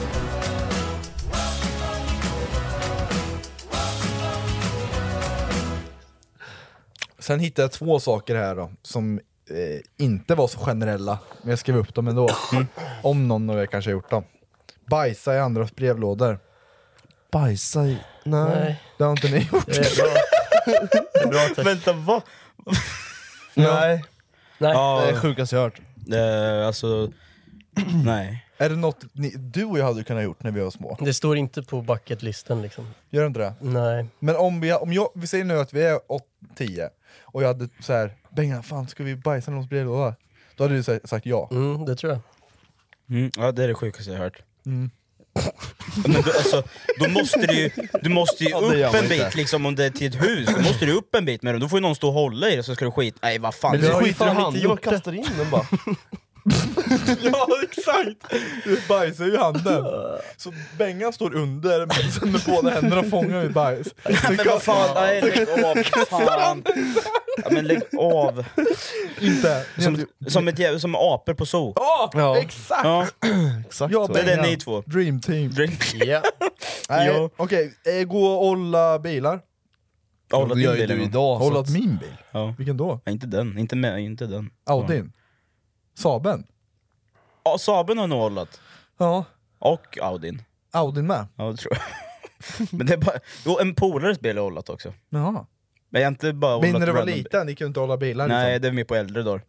Sen hittade jag 2 saker här då, som inte var så generella, men jag skrev upp dem ändå. Om någon av er kanske har gjort dem. Bajsa i andras brevlådor. Bajsa i... Nej. Det har inte ni gjort. Det är bra. Vänta, vad? Nej. Ja, det är sjukast jag hört. Alltså, nej. Är det något du och jag hade kunnat gjort när vi var små? Det står inte på bucketlisten liksom. Gör det inte det? Nej. Men om vi säger nu att vi är 10 och jag hade så här, Benga, fan ska vi bajsa någons brevlåda? Då hade du sagt ja. Det tror jag. Ja, det är det sjukaste jag har hört. Men alltså, då måste du måste ju upp en bit liksom, om det är till ett hus. Då måste du upp en bit med den. Då får ju någon stå och hålla i det, så ska du skit. Nej, vad fan. Men du skiter i handen och kastar in den bara. Ja, exakt. Du bajsar ju i handen. Så Benga står under, men sen med båda händerna fångar vi bajs. Men vad fan, nej, lägg av. Fan. Ja, men lägg av. Inte. Som apor på zoo. Ja, exakt. Ja. Exakt. Ja, det är det ni två. Dream team. Ja. Nej, okej. Gå och olla bilar. Hållat din bil idag. Hållat min bil? Ja. Vilken då? Nej, inte den. Inte den. Audin? Saben? Ja, Saben har nog hållat. Ja. Och Audin. Audin med? Ja, det tror jag. Men det är bara... Jo, en polares bil har hållat också. Jaha. Men jag har inte bara hållat... Men när du var liten, ni kunde inte hålla bilar? Nej, liksom. det är mer på äldre dagar.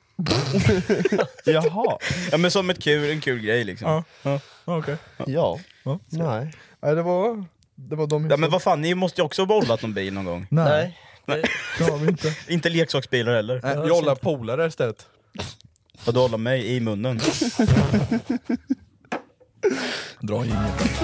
Jaha. Ja, men som en kul grej liksom. Ja. Okej. Ja. Nej. Nej, det var de... Ja, men vad fan, ni måste ju också ha hållat någon bil någon gång. Nej. Det har vi inte. Inte leksaksbilar heller. Nej, jag håller polare istället. Och du håller mig i munnen. Dra in.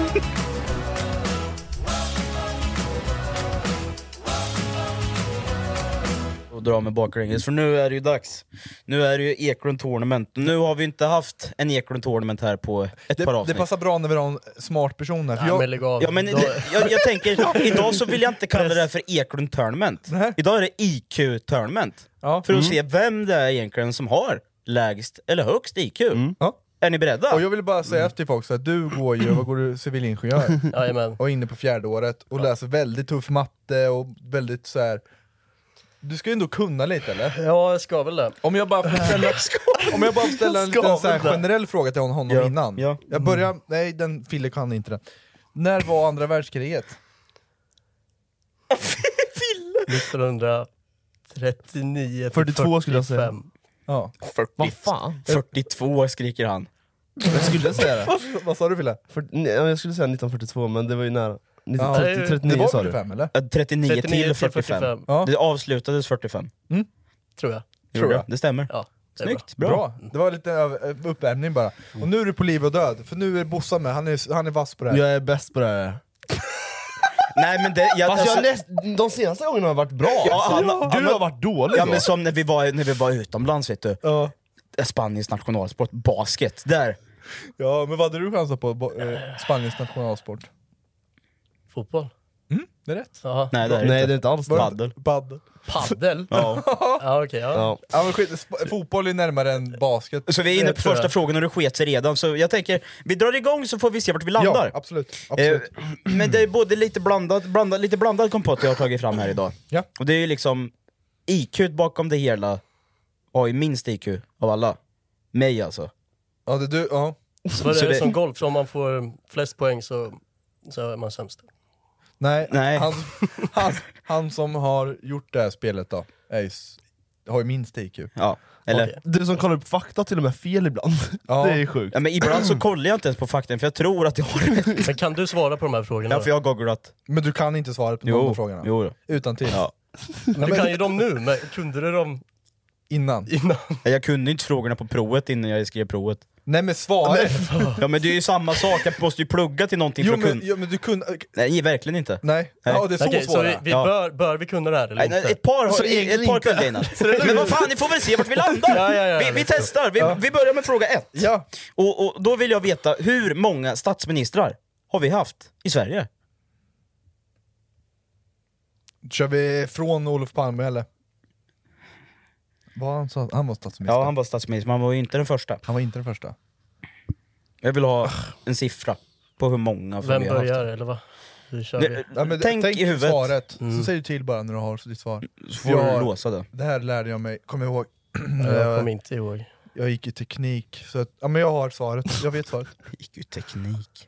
Och dra med baklänges, för nu är det ju dags. Nu är det ju Eklund Tournament. Nu har vi inte haft en Eklund Tournament här på ett par avsnitt. Det passar bra när vi har en smart person här. Jag tänker, idag så vill jag inte kalla det här för Eklund Tournament. Idag är det IQ Tournament. För att se vem det är egentligen som har lägst eller högst IQ. Ja. Är ni beredda? Och jag vill bara säga till folk så att du går du civilingenjör. Jajamän. Och är inne på 4:e året och läser väldigt tuff matte och väldigt så här Du ska ju ändå kunna lite, eller? Ja, jag ska väl det. Om jag bara får ställa en liten så här generell fråga till honom innan. Ja. Jag börjar... Nej, den Fille kan inte den. När var andra världskriget? 1939 42 skulle jag säga. Ja. 42 skriker han. Jag skulle säga det. Vad sa du, Fille? Jag skulle säga 1942, men det var ju nära. 39 det var sa du. 45, eller? 39 till 45. Ja. Det avslutades 45. Tror jag. Det stämmer. Ja, Snyggt, bra. Det var lite uppvärmning bara. Och nu är du på liv och död, för nu är Bossa med, han är vass på det här. Jag är bäst på det här. Nej, men det, de senaste gångerna har varit bra. Du har varit dålig. Ja, men som när vi var utomlands, vet du. Ja. Spaniens nationalsport, basket, där. Ja, men vad hade du chansat på Spaniens nationalsport? Fotboll. Det är rätt. Jaha. Nej, det är inte alls Paddel. Paddel? Ja. Ja, okej. Ja. Ja, men fotboll är närmare än basket. Så vi är inne på första frågan och det sket sig redan. Så jag tänker, vi drar igång så får vi se vart vi landar. Ja, absolut. Men det är både lite blandad kompott jag har tagit fram här idag. Ja. Och det är ju liksom IQ bakom det hela. Har ju minst IQ av alla. Mig alltså. Ja, det är du, ja. Så är det som golf, så om man får flest poäng så är man sämst. Nej. Han som har gjort det här spelet då har ju minst IQ. Ja. Eller? Okay. Du som kollar upp fakta till och med fel ibland. Ja. Det är sjukt. Ja, men ibland så kollar jag inte ens på fakta, för jag tror att jag har det. Men kan du svara på de här frågorna? Ja, för jag har googlat. Men du kan inte svara på någon av frågorna? Jo. Utan till. Ja. Men du kan ju dem nu, men kunde du dem innan? Jag kunde inte frågorna på provet innan jag skrev provet. Nej, men svaret! Ja, men det är ju samma sak, jag måste ju plugga till någonting för att kunna. Men du kunde... Nej, verkligen inte. Nej, ja, det är så okej, svåra. Så vi bör vi kunna det här eller inte? inte? Ett par kunde innan. Men vad fan, ni får väl se vart vi landar. Vi testar, vi börjar med fråga 1. Ja. Och då vill jag veta, hur många statsministrar har vi haft i Sverige? Kör vi från Olof Palme eller? Han var statsminister. Ja, han var statsminister, men han var ju inte den första. Han var inte den första. Jag vill ha en siffra på hur många. Vem börjar eller vad? Tänk i huvudet. Svaret, så säger du till bara när du har ditt svar. Så får du låsa det. Det här lärde jag mig, kommer ihåg. Jag kommer inte ihåg. Jag gick i teknik, så att, ja, men jag har svaret, jag vet svaret. Jag gick i teknik.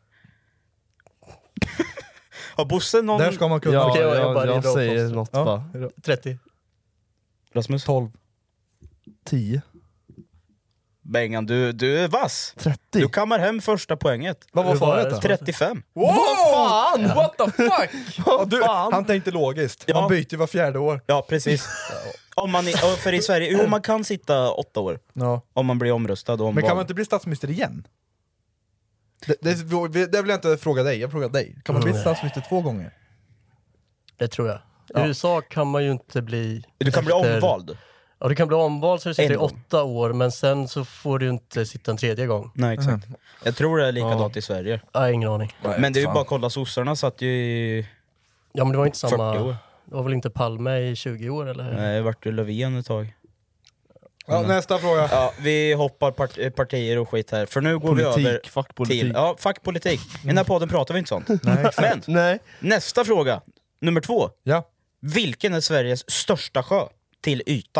Har Bosse någon... Där ska man kunna. Ja, jag säger något bara. 30. Rasmus? 12. 10. Bengan, du är vass. 30. Du kammar hem första poänget. Vad var svaret då? 35. Wow! Fan! What the fuck? Han tänkte logiskt. Ja. Man byter var 4:e år. Ja, precis. För i Sverige, man kan sitta 8 år. Ja. Om man blir omröstad. Men kan man inte bli statsminister igen? Det vill jag inte fråga dig, jag frågar dig. Kan man bli statsminister 2 gånger? Det tror jag. Ja. I USA kan man ju inte bli... Du kan bli omvald. Ja, du kan bli omvald så du sitter i 8 år, men sen så får du inte sitta en 3:e gång. Nej, exakt. Jag tror det är likadant i Sverige. Ja, ingen aning. Men det är ju bara att kolla, sossarna satt ju i... Ja, men det var inte samma... 40 år. Det var väl inte Palme i 20 år, eller? Nej, det vart ju Löfven ett tag. Ja, nästa fråga. Ja, vi hoppar partier och skit här. För nu går vi över till... Ja, fackpolitik. I den här podden pratar vi inte sånt. Men, nästa fråga. Nummer 2. Ja. Vilken är Sveriges största sjö till yta?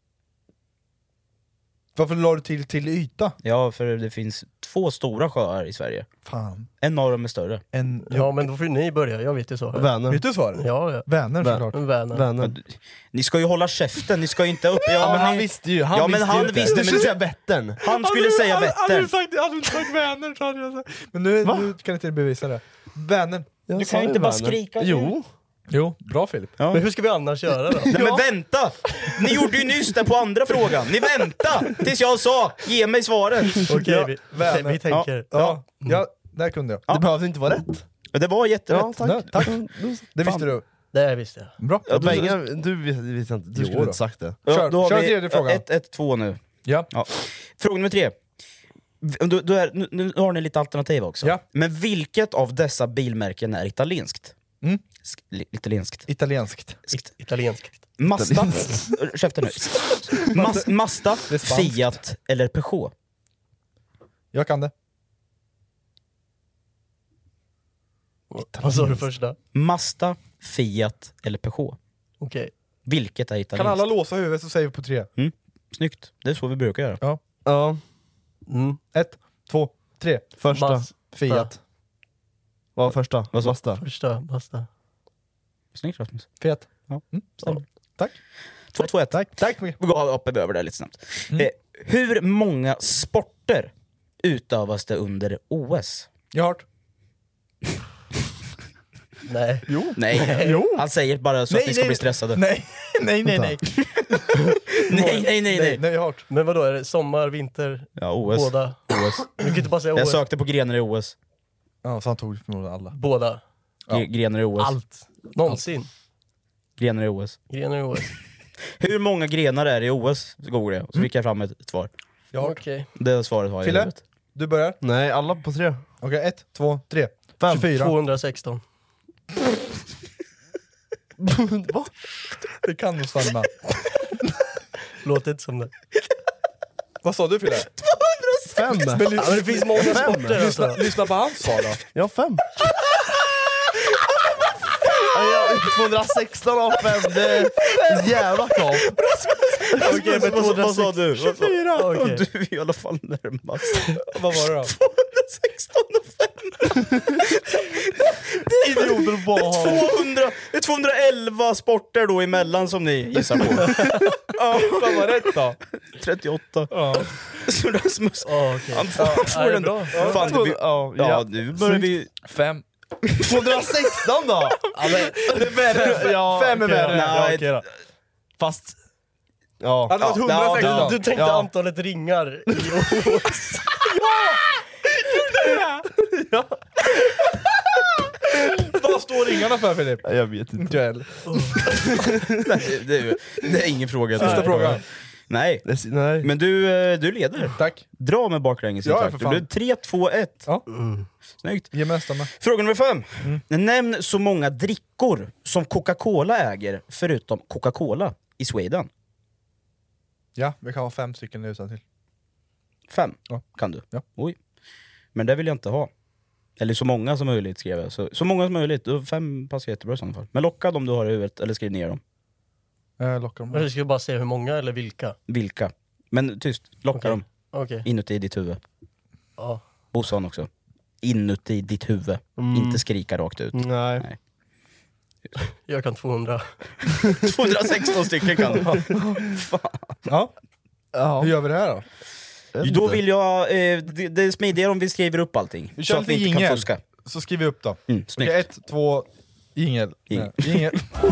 Varför la du till yta? Ja, för det finns 2 stora sjöar i Sverige. Fan. En av dem är större. Ja, men då får ni börja. Jag vet ju så. Vänern. Vet du svaret? Ja. Vänern såklart. Vänern. Ni ska ju hålla käften, ni ska ju inte upp... Ja, men han visste ju. Han visste. Du skulle säga Vättern. Han skulle säga Vättern. Han hade sagt Vänern, sa jag. Men nu kan inte bevisa det. Vänern. Du kan ju inte bara skrika. Jo, bra Filip. Ja. Men hur ska vi annars göra då? Nej, men vänta! Ni gjorde ju nyss det på andra frågan. Ni vänta tills jag sa, ge mig svaret. Okej, vi tänker. Ja, där kunde jag. Det behövde inte vara rätt. Det var jätterätt. Ja, tack. Nej, tack. Det visste du. Det visste jag. Bra. Ja, du visste inte. Du skulle inte sagt det. Kör tredje frågan. 1-2 nu. Ja. Fråga nummer 3. Nu har ni lite alternativ också. Ja. Men vilket av dessa bilmärken är italienskt? Italienskt. Mazda. Käften nu. Mazda, Fiat eller Peugeot? Jag kan det. Vad sa du första? Mazda, Fiat eller Peugeot? Okej. Vilket är italienskt? Kan alla låsa huvudet så säger vi på 3? Snyggt, det är så vi brukar göra. Ja. Ja. 1, 2, 3. Första. Fiat. Vad var första? Vad sa? Mazda. Första, basta. Snyggt Rasmus. Fiat. Ja. Tack. 2-1. Tack mycket. Vi hoppar över det lite snabbt. Hur många sporter utövas det under OS? Jag har hört. Nej. Jo. Nej. Jo. Han säger bara så att ni ska bli stressade. Nej. Nej. Nej, jag har hört. Men vadå, är det sommar, vinter? Ja, OS. Båda. OS. Du kan inte bara säga OS. Jag sökte på grenar i OS. Ja, så han tog förmodligen alla. Båda. Grenar i OS. Allt. Någonsin. Grenar i OS. Grenar i OS. Hur många grenar är det i OS? Så googlade jag. Så fick jag fram ett svar. Okej. Det svaret har jag i Fille, huvudet. du börjar. Nej, alla på 3. Okej, 1, 2, 3. 5. 24. 216. Va? Det kan nog stanna. Låter inte som det. Vad sa du Fille? 5. Men det finns många sporter alltså. Lyssna på hans svar då. Ja, 5. 216 av 5, det är jävla kap. Okej, men vad sa du? 24. Okay. Du är i alla fall närmast. Vad var det då? 216 och 5. Idioter bara har. Det är 211 sporter då emellan som ni gissar på. Ja, vad var rätt då? 38. Ja. Så Rasmus. Okej. Han får den. Bra. Fan, nu börjar vi... 5. 216 då? Ja, men, det är värre. Ja, 5 är värre. Nej, okej då. Fast... Ja. Hade det varit 116? Du tänkte antalet ringar i OS. Ja. Vad står ringarna för Filip? Jag vet inte. Duell. Det är ingen fråga. Sista frågan. Nej. Nej. Men du leder. Tack. Dra med baklänges i Ja, takt. för Det fan. blev 3-2-1. Ja. Snyggt. Ge mig nästan. Fråga nummer 5. Nämn så många drickor som Coca-Cola äger förutom Coca-Cola i Sweden. Ja, vi kan ha 5 stycken nu utan till. 5 Ja. kan du. Ja. Oj. Men det vill jag inte ha. Eller så många som möjligt skrev jag. Så många som möjligt. 5 passar jättebra i sådana fall. Men locka dem du har i huvudet eller skriv ner dem. Lockar dem. Men du ska bara säga hur många eller vilka? Vilka? Men tyst, locka Okej. dem. Okej. Inuti ditt huvud. Ja. Bossan också. Inuti ditt huvud. Inte skrika rakt ut. Nej. Jag kan 200. 216 stycken kan du. Ja. Hur gör vi det här då? Då vill jag, det är smidigare om vi skriver upp allting. Vi så kör att vi lite inte kan jingel. fuska. Så skriver vi upp då. Snyggt. Okej, 1, 2, jingel. Jingel. Jingel.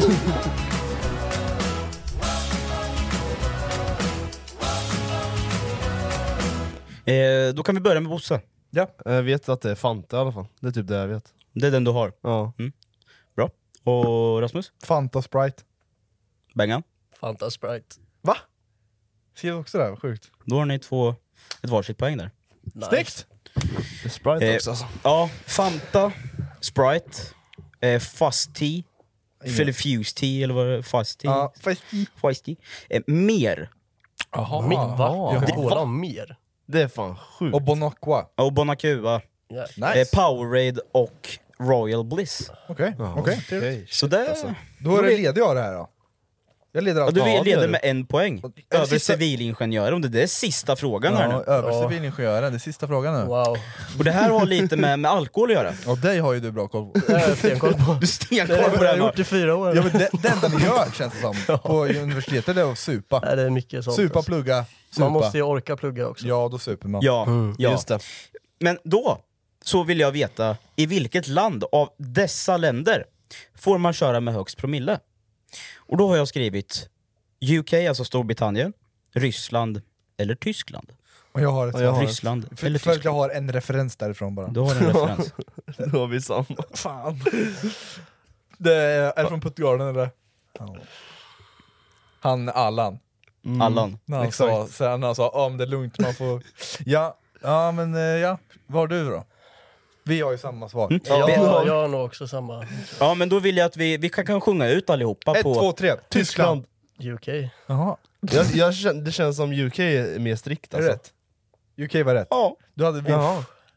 Då kan vi börja med Bosse. Ja. Jag vet att det är Fanta i alla fall. Det är typ det jag vet. Det är den du har. Ja. Bra. Och Rasmus? Fanta Sprite. Bengan? Fanta Sprite. Va? Ser också det här, vad sjukt. Då har ni ett varsitt poäng där. Nice. Snyggt! Det är Sprite också alltså. Ja, Fanta, Sprite, Fuzz Tea, Fuse Tea eller vad det är, Fuzz Tea. Ja, Fuzz Tea. Mer. Jaha. Va? Coca-Cola har mer? Det är fan sjukt. Och Bon Aqua. Och Bon Aqua. Yeah. Nice. Powerade och Royal Bliss. Okej. Så det... Då är det ledig av det här då. Jag leder Ja, allt. du Ja, leder det med 1 poäng. det Över sista- civilingenjör, om det är sista frågan här nu. över civilingenjören, det är sista frågan nu. Wow. Och det här har lite med alkohol att göra. Och dig har ju du bra koll på. Det har jag stenkoll på. Du stenkoll Det på har det jag här. gjort i 4 år. Ja, men det enda ni gör känns det som på universitetet är att supa. Nej, det är mycket sånt. Supa, alltså. plugga, supa. Man måste ju orka plugga också. Ja, då super man. Ja, ja. Just det. Men då så vill jag veta, i vilket land av dessa länder får man köra med högst promille? Och då har jag skrivit UK, alltså Storbritannien, Ryssland eller Tyskland. Och jag har ett svar. Ryssland eller För att Tyskland. jag har en referens därifrån bara. Du har en referens. Då har vi samma. Fan. Det är från Puttgarden eller? Ja. Han Allan. Allan. När han sa, sen när han sa om det är lugnt, man får... Ja, men ja. Vad har du då? Vi har ju samma svar. Jag har nog också samma. Ja, men då vill jag att vi kan sjunga ut allihopa 1, på... 2, 3. Tyskland. UK. Jaha. Det känns som UK är mer strikt Är det alltså. rätt? UK var rätt. Ja. Du hade vi. Jaha.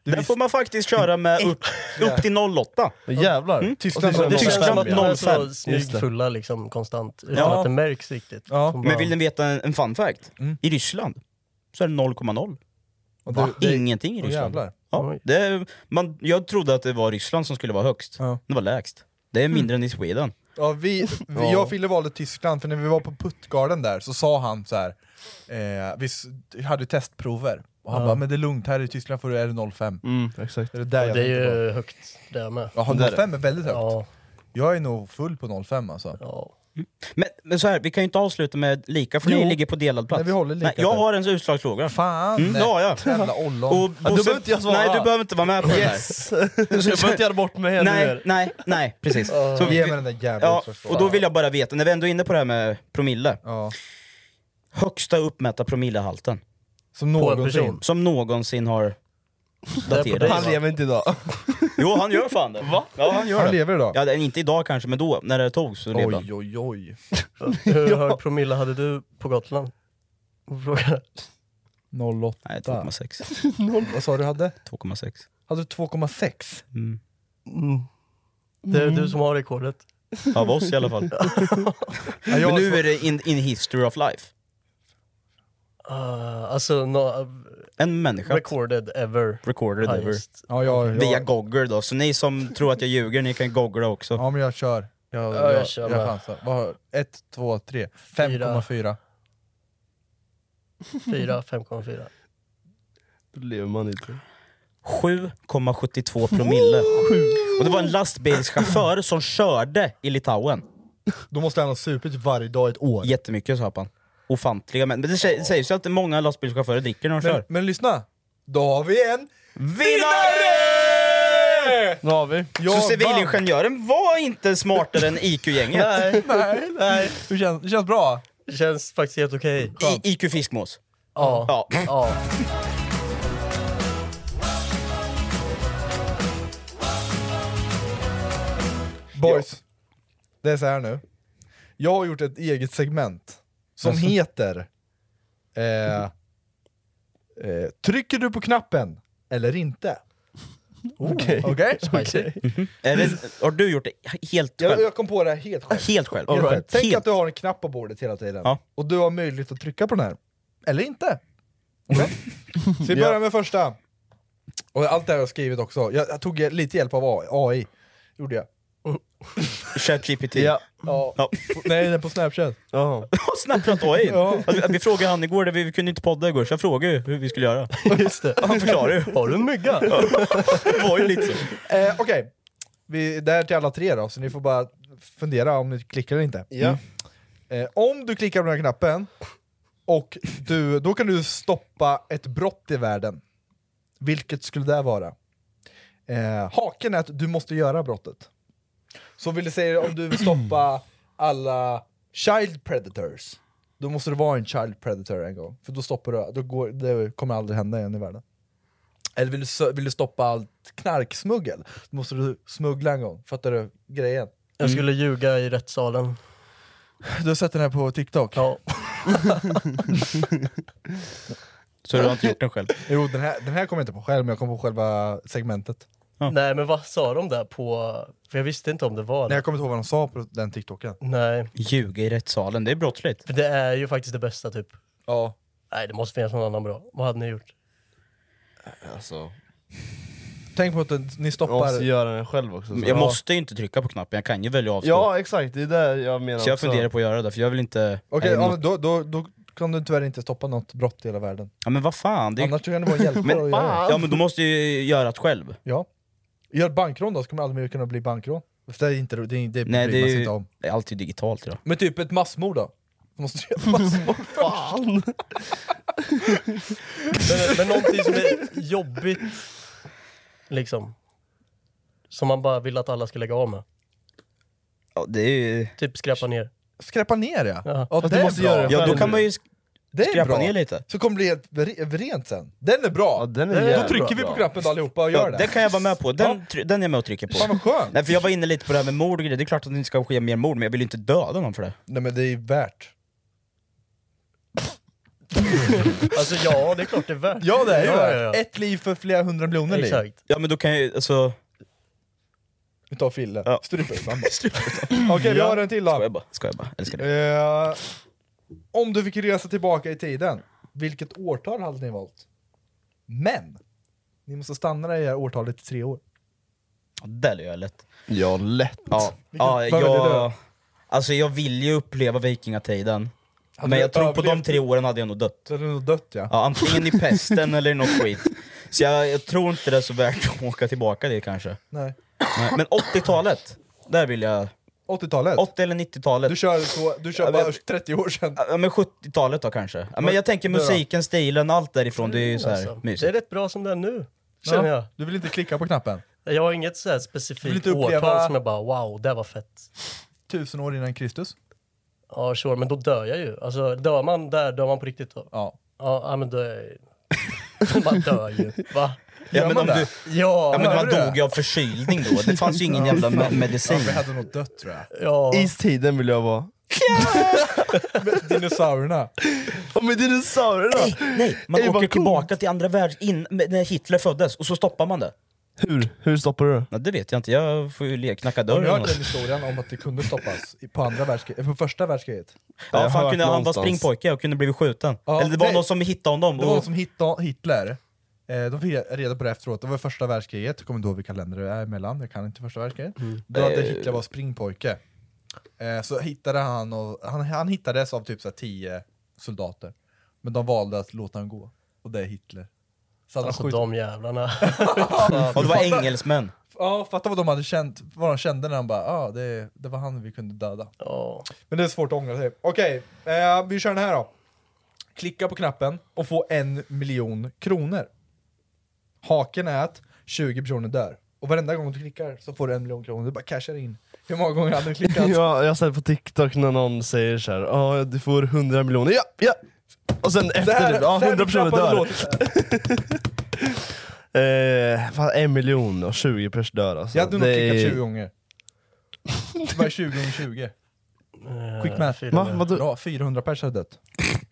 Där får man faktiskt köra med upp till 08. Jävlar. Tyskland 05. Smygfulla liksom konstant. Utan att det märks riktigt. Ja. Men vill ni veta en fun fact? I Ryssland så är det 0,0. Ingenting i Ryssland. Ja, jag trodde att det var Ryssland som skulle vara högst. Det var lägst. Det är mindre än i Sweden. Ja, jag och Fille valde Tyskland, för när vi var på Puttgarden där så sa han så här. Vi hade testprover och han bara, men det är lugnt, här i Tyskland får du är det 05. Exakt. Det är ju högt där med. Ja, 05 är väldigt högt. Jag är nog full på 05 alltså. Men så här, vi kan ju inte avsluta med lika, för ni ligger på delad plats. Nej, vi håller lika. Jag har en utslagsfråga. Fan. Ja. Jävla ollon. Du behöver inte jag svara. Nej, du behöver inte vara med på det här. Jag behöver inte göra bort mig heller. Nej, precis. Så ge mig den där jävla och då vill jag bara veta, när vi ändå är inne på det här med promille. Högsta uppmätta promillehalten som någonsin har daterat. Han lever inte idag. Jo, han gör fan det. Va? Ja, han gör han det. Lever idag? Ja, inte idag kanske, men då, när det togs så levde han. Oj. Hur hög promille hade du på Gotland? 08. Nej, 2,6. Vad sa du hade? 2,6. Hade du 2,6? Det är du som har rekordet. Av oss i alla fall. Men nu är det in history of life. En människa. Recorded ever. Via Google då. Så ni som tror att jag ljuger, ni kan googla också. Ja, men jag kör. Jag chansar. 1, 2, 3. 5,4. 5,4. Då lever man inte. 7,72 promille. Och det var en lastbilschaufför som körde i Litauen. Då måste han ha supit varje dag ett år. Jättemycket, sa han. Ofantliga, men det sägs ju att många lastbilschaufförer dricker när de kör. Men lyssna, då har vi en vinnare! Då har vi. Så civilingenjören var inte smartare än IQ-gänget. Nej. Det känns bra. Det känns faktiskt helt okej. IQ Fiskmås. Ja. Boys, det är så här nu. Jag har gjort ett eget segment som heter trycker du på knappen eller inte? Okej. Har du gjort det helt själv? Jag kom på det här helt själv. Helt själv. Tänk att du har en knapp på bordet hela tiden. Och du har möjlighet att trycka på den här. Eller inte. Okay? Så vi börjar med första. Och allt det här har jag skrivit också. Jag tog lite hjälp av AI. Gjorde jag. ChatGPT. Ja. Nej, den är på Snapchat. Snapchat AI. Vi frågade han igår, vi kunde inte podda igår, så jag frågade ju hur vi skulle göra. Just det. Han förklarade ju. Har du en mygga? Det var ju lite så. Okej. Det är till alla tre då, så ni får bara fundera om ni klickar eller inte. Om du klickar på den här knappen och då kan du stoppa ett brott i världen. Vilket skulle det vara? Haken är att du måste göra brottet. Så vill du säga, om du vill stoppa alla child predators, då måste det vara en child predator en gång. För då stoppar du, det kommer aldrig hända igen i världen. Eller vill du stoppa allt knarksmuggel, då måste du smuggla en gång. Fattar du grejen? Jag skulle ljuga i rättssalen. Du har sett den här på TikTok? Ja. Så du har inte gjort den själv? Jo, den här kommer jag inte på själv, men jag kom på själva segmentet. Nej, men vad sa de där på... För jag visste inte om det var det. Nej, jag kommer inte ihåg vad de sa på den TikToken. Nej. Ljuga i rättssalen, det är brottsligt. För det är ju faktiskt det bästa typ. Ja. Nej, det måste finnas någon annan bra. Vad hade ni gjort? Alltså... Tänk på att ni stoppar... Jag måste göra den själv också. Jag måste inte trycka på knappen, jag kan ju välja avstå. Ja, exakt, det är det jag menar. Så jag funderar på att göra det, för jag vill inte... Okej, då kan du tyvärr inte stoppa något brott i hela världen. Ja, men vad fan? Annars kan det vara hjälpare att göra. Ja, men då måste jag göra det själv. Ja. Gör bankrån då, så kommer aldrig mer kunna bli bankrån. Det är inte det. Nej, det är inte om. Det är alltid digitalt idag. Men typ ett massmord då? Måste göra massmord. Fan! men någonting som är jobbigt liksom, som man bara vill att alla ska lägga av med. Ja, det är ju... Typ skräpa ner. Skräpa ner, ja. Ja, det måste göra. Ja, då kan man ju skräpa ner lite. Så kommer det bli helt rent sen. Den är bra. Ja, den är då trycker vi på knappen då allihopa och gör det. Den kan jag vara med på. Den är jag med och trycker på. Fan vad skönt. Nej, för jag var inne lite på det här med mord och grejer. Det är klart att det inte ska ske mer mord, men jag vill inte döda någon för det. Nej, men det är värt. Alltså ja, det är klart det är värt. Ja, det är ju värt. Ja. Ett liv för flera 100 miljoner liv. Exakt. Ja, men då kan jag alltså... Vi tar Fille. Ja. Stryputan. Okej, vi har en till då. Ska jag bara. Älskar det. Om du fick resa tillbaka i tiden, vilket årtal hade ni valt? Men ni måste stanna där i årtalet i 3 år. Det är jag lätt. Ja, lätt. Alltså jag vill ju uppleva vikingatiden. Hade Men du jag tror på de överlevt? 3 åren hade jag nog dött. Så hade du nog dött, ja. Ja, antingen i pesten eller i något skit. Så jag tror inte det är så värt att åka tillbaka det kanske. Nej. Men 80-talet, där vill jag... 80-talet? 80 eller 90-talet. Du kör bara 30 år sedan. Ja, men 70-talet då kanske. Ja, men jag tänker musiken, stilen, allt därifrån, det är ju så här mysigt. Det är rätt bra som det är nu, känner jag. Du vill inte klicka på knappen? Jag har inget så här specifikt årtal som jag bara, wow, det var fett. 1000 år innan Kristus? Ja, sure, men då dör jag ju. Alltså, dör man på riktigt då? Ja. Ja, men då är man dör ju, va? Ja, men om du... Ja, men man dog ju av förkylning då. Det fanns ju ingen jävla medicin. Ja, vi hade nog dött, tror jag. Ja. Istiden vill jag vara. Dinosaurierna. Ja, med dinosaurierna. Nej, man åker tillbaka till andra när Hitler föddes och så stoppar man det. Hur stoppar du det? Ja, det vet jag inte, jag får ju knacka dörren. Jag har hört den historien om att det kunde stoppas på första världskriget. Ja, han var springpojke och kunde blivit skjuten. Ja, eller det var någon som hittade honom. Det var någon som hittade Hitler. De fick reda på det efteråt. Det var första världskriget. Jag kommer inte ihåg vilka länder det är emellan. Jag kan inte första världskriget. Då hade Hitler var springpojke. Så hittade han hittades av typ så 10 soldater. Men de valde att låta han gå. Och det är Hitler. Så alltså de jävlarna. Och det var engelsmän. Ja, fatta vad de hade känt. Vad de kände när de bara, det var han vi kunde döda. Men det är svårt att ångra sig. Okej, vi kör den här då. Klicka på knappen och få 1 miljon kronor. Haken är att 20 personer dör. Och varenda gång du klickar så får du 1 miljon kronor. Du bara cashar in. Hur många gånger hade du klickat? Ja, jag har sett på TikTok när någon säger så här: du får 100 miljoner. Ja. Och sen efter det, 100 personer dör. 1 miljon och 20 personer dör alltså. Jag hade nog klickat 20 gånger. Det var 20 gånger 20. Quick math. Bra, 400 personer hade dött.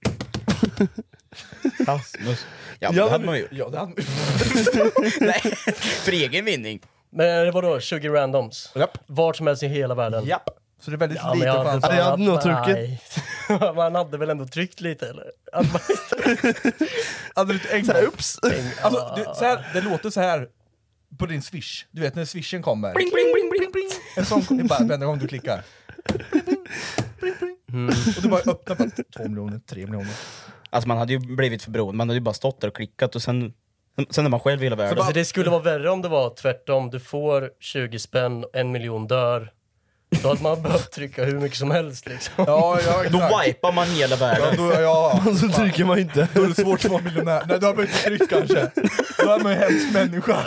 Ja, det hade man ju. Ja, det hade man Nej, för egen vinning. Men det var då 20 randoms? Japp. Vart som helst i hela världen? Japp. Så det är väldigt lite chans. Jag hade nog tryckt. Man hade väl ändå tryckt lite, eller? Hade du en gång? Ups. Alltså, så här, det låter så här på din swish. Du vet när swishen kommer. Bling, bling, bling, bling, bling. En sån kommer bara varenda gång du klickar. Och du bara öppnar på 2 miljoner, 3 miljoner. Alltså man hade ju blivit för beroende. Man hade ju bara stått där och klickat och sen är man själv i hela världen. Alltså det skulle vara värre om det var tvärtom. Du får 20 spänn, 1 miljon dör. Då hade man behövt trycka hur mycket som helst liksom. Ja, då wipar man hela världen. Så trycker man inte. Då är det svårt att vara miljonär. Nej, då har man inte tryckt kanske. Då är man ju hemsk människa.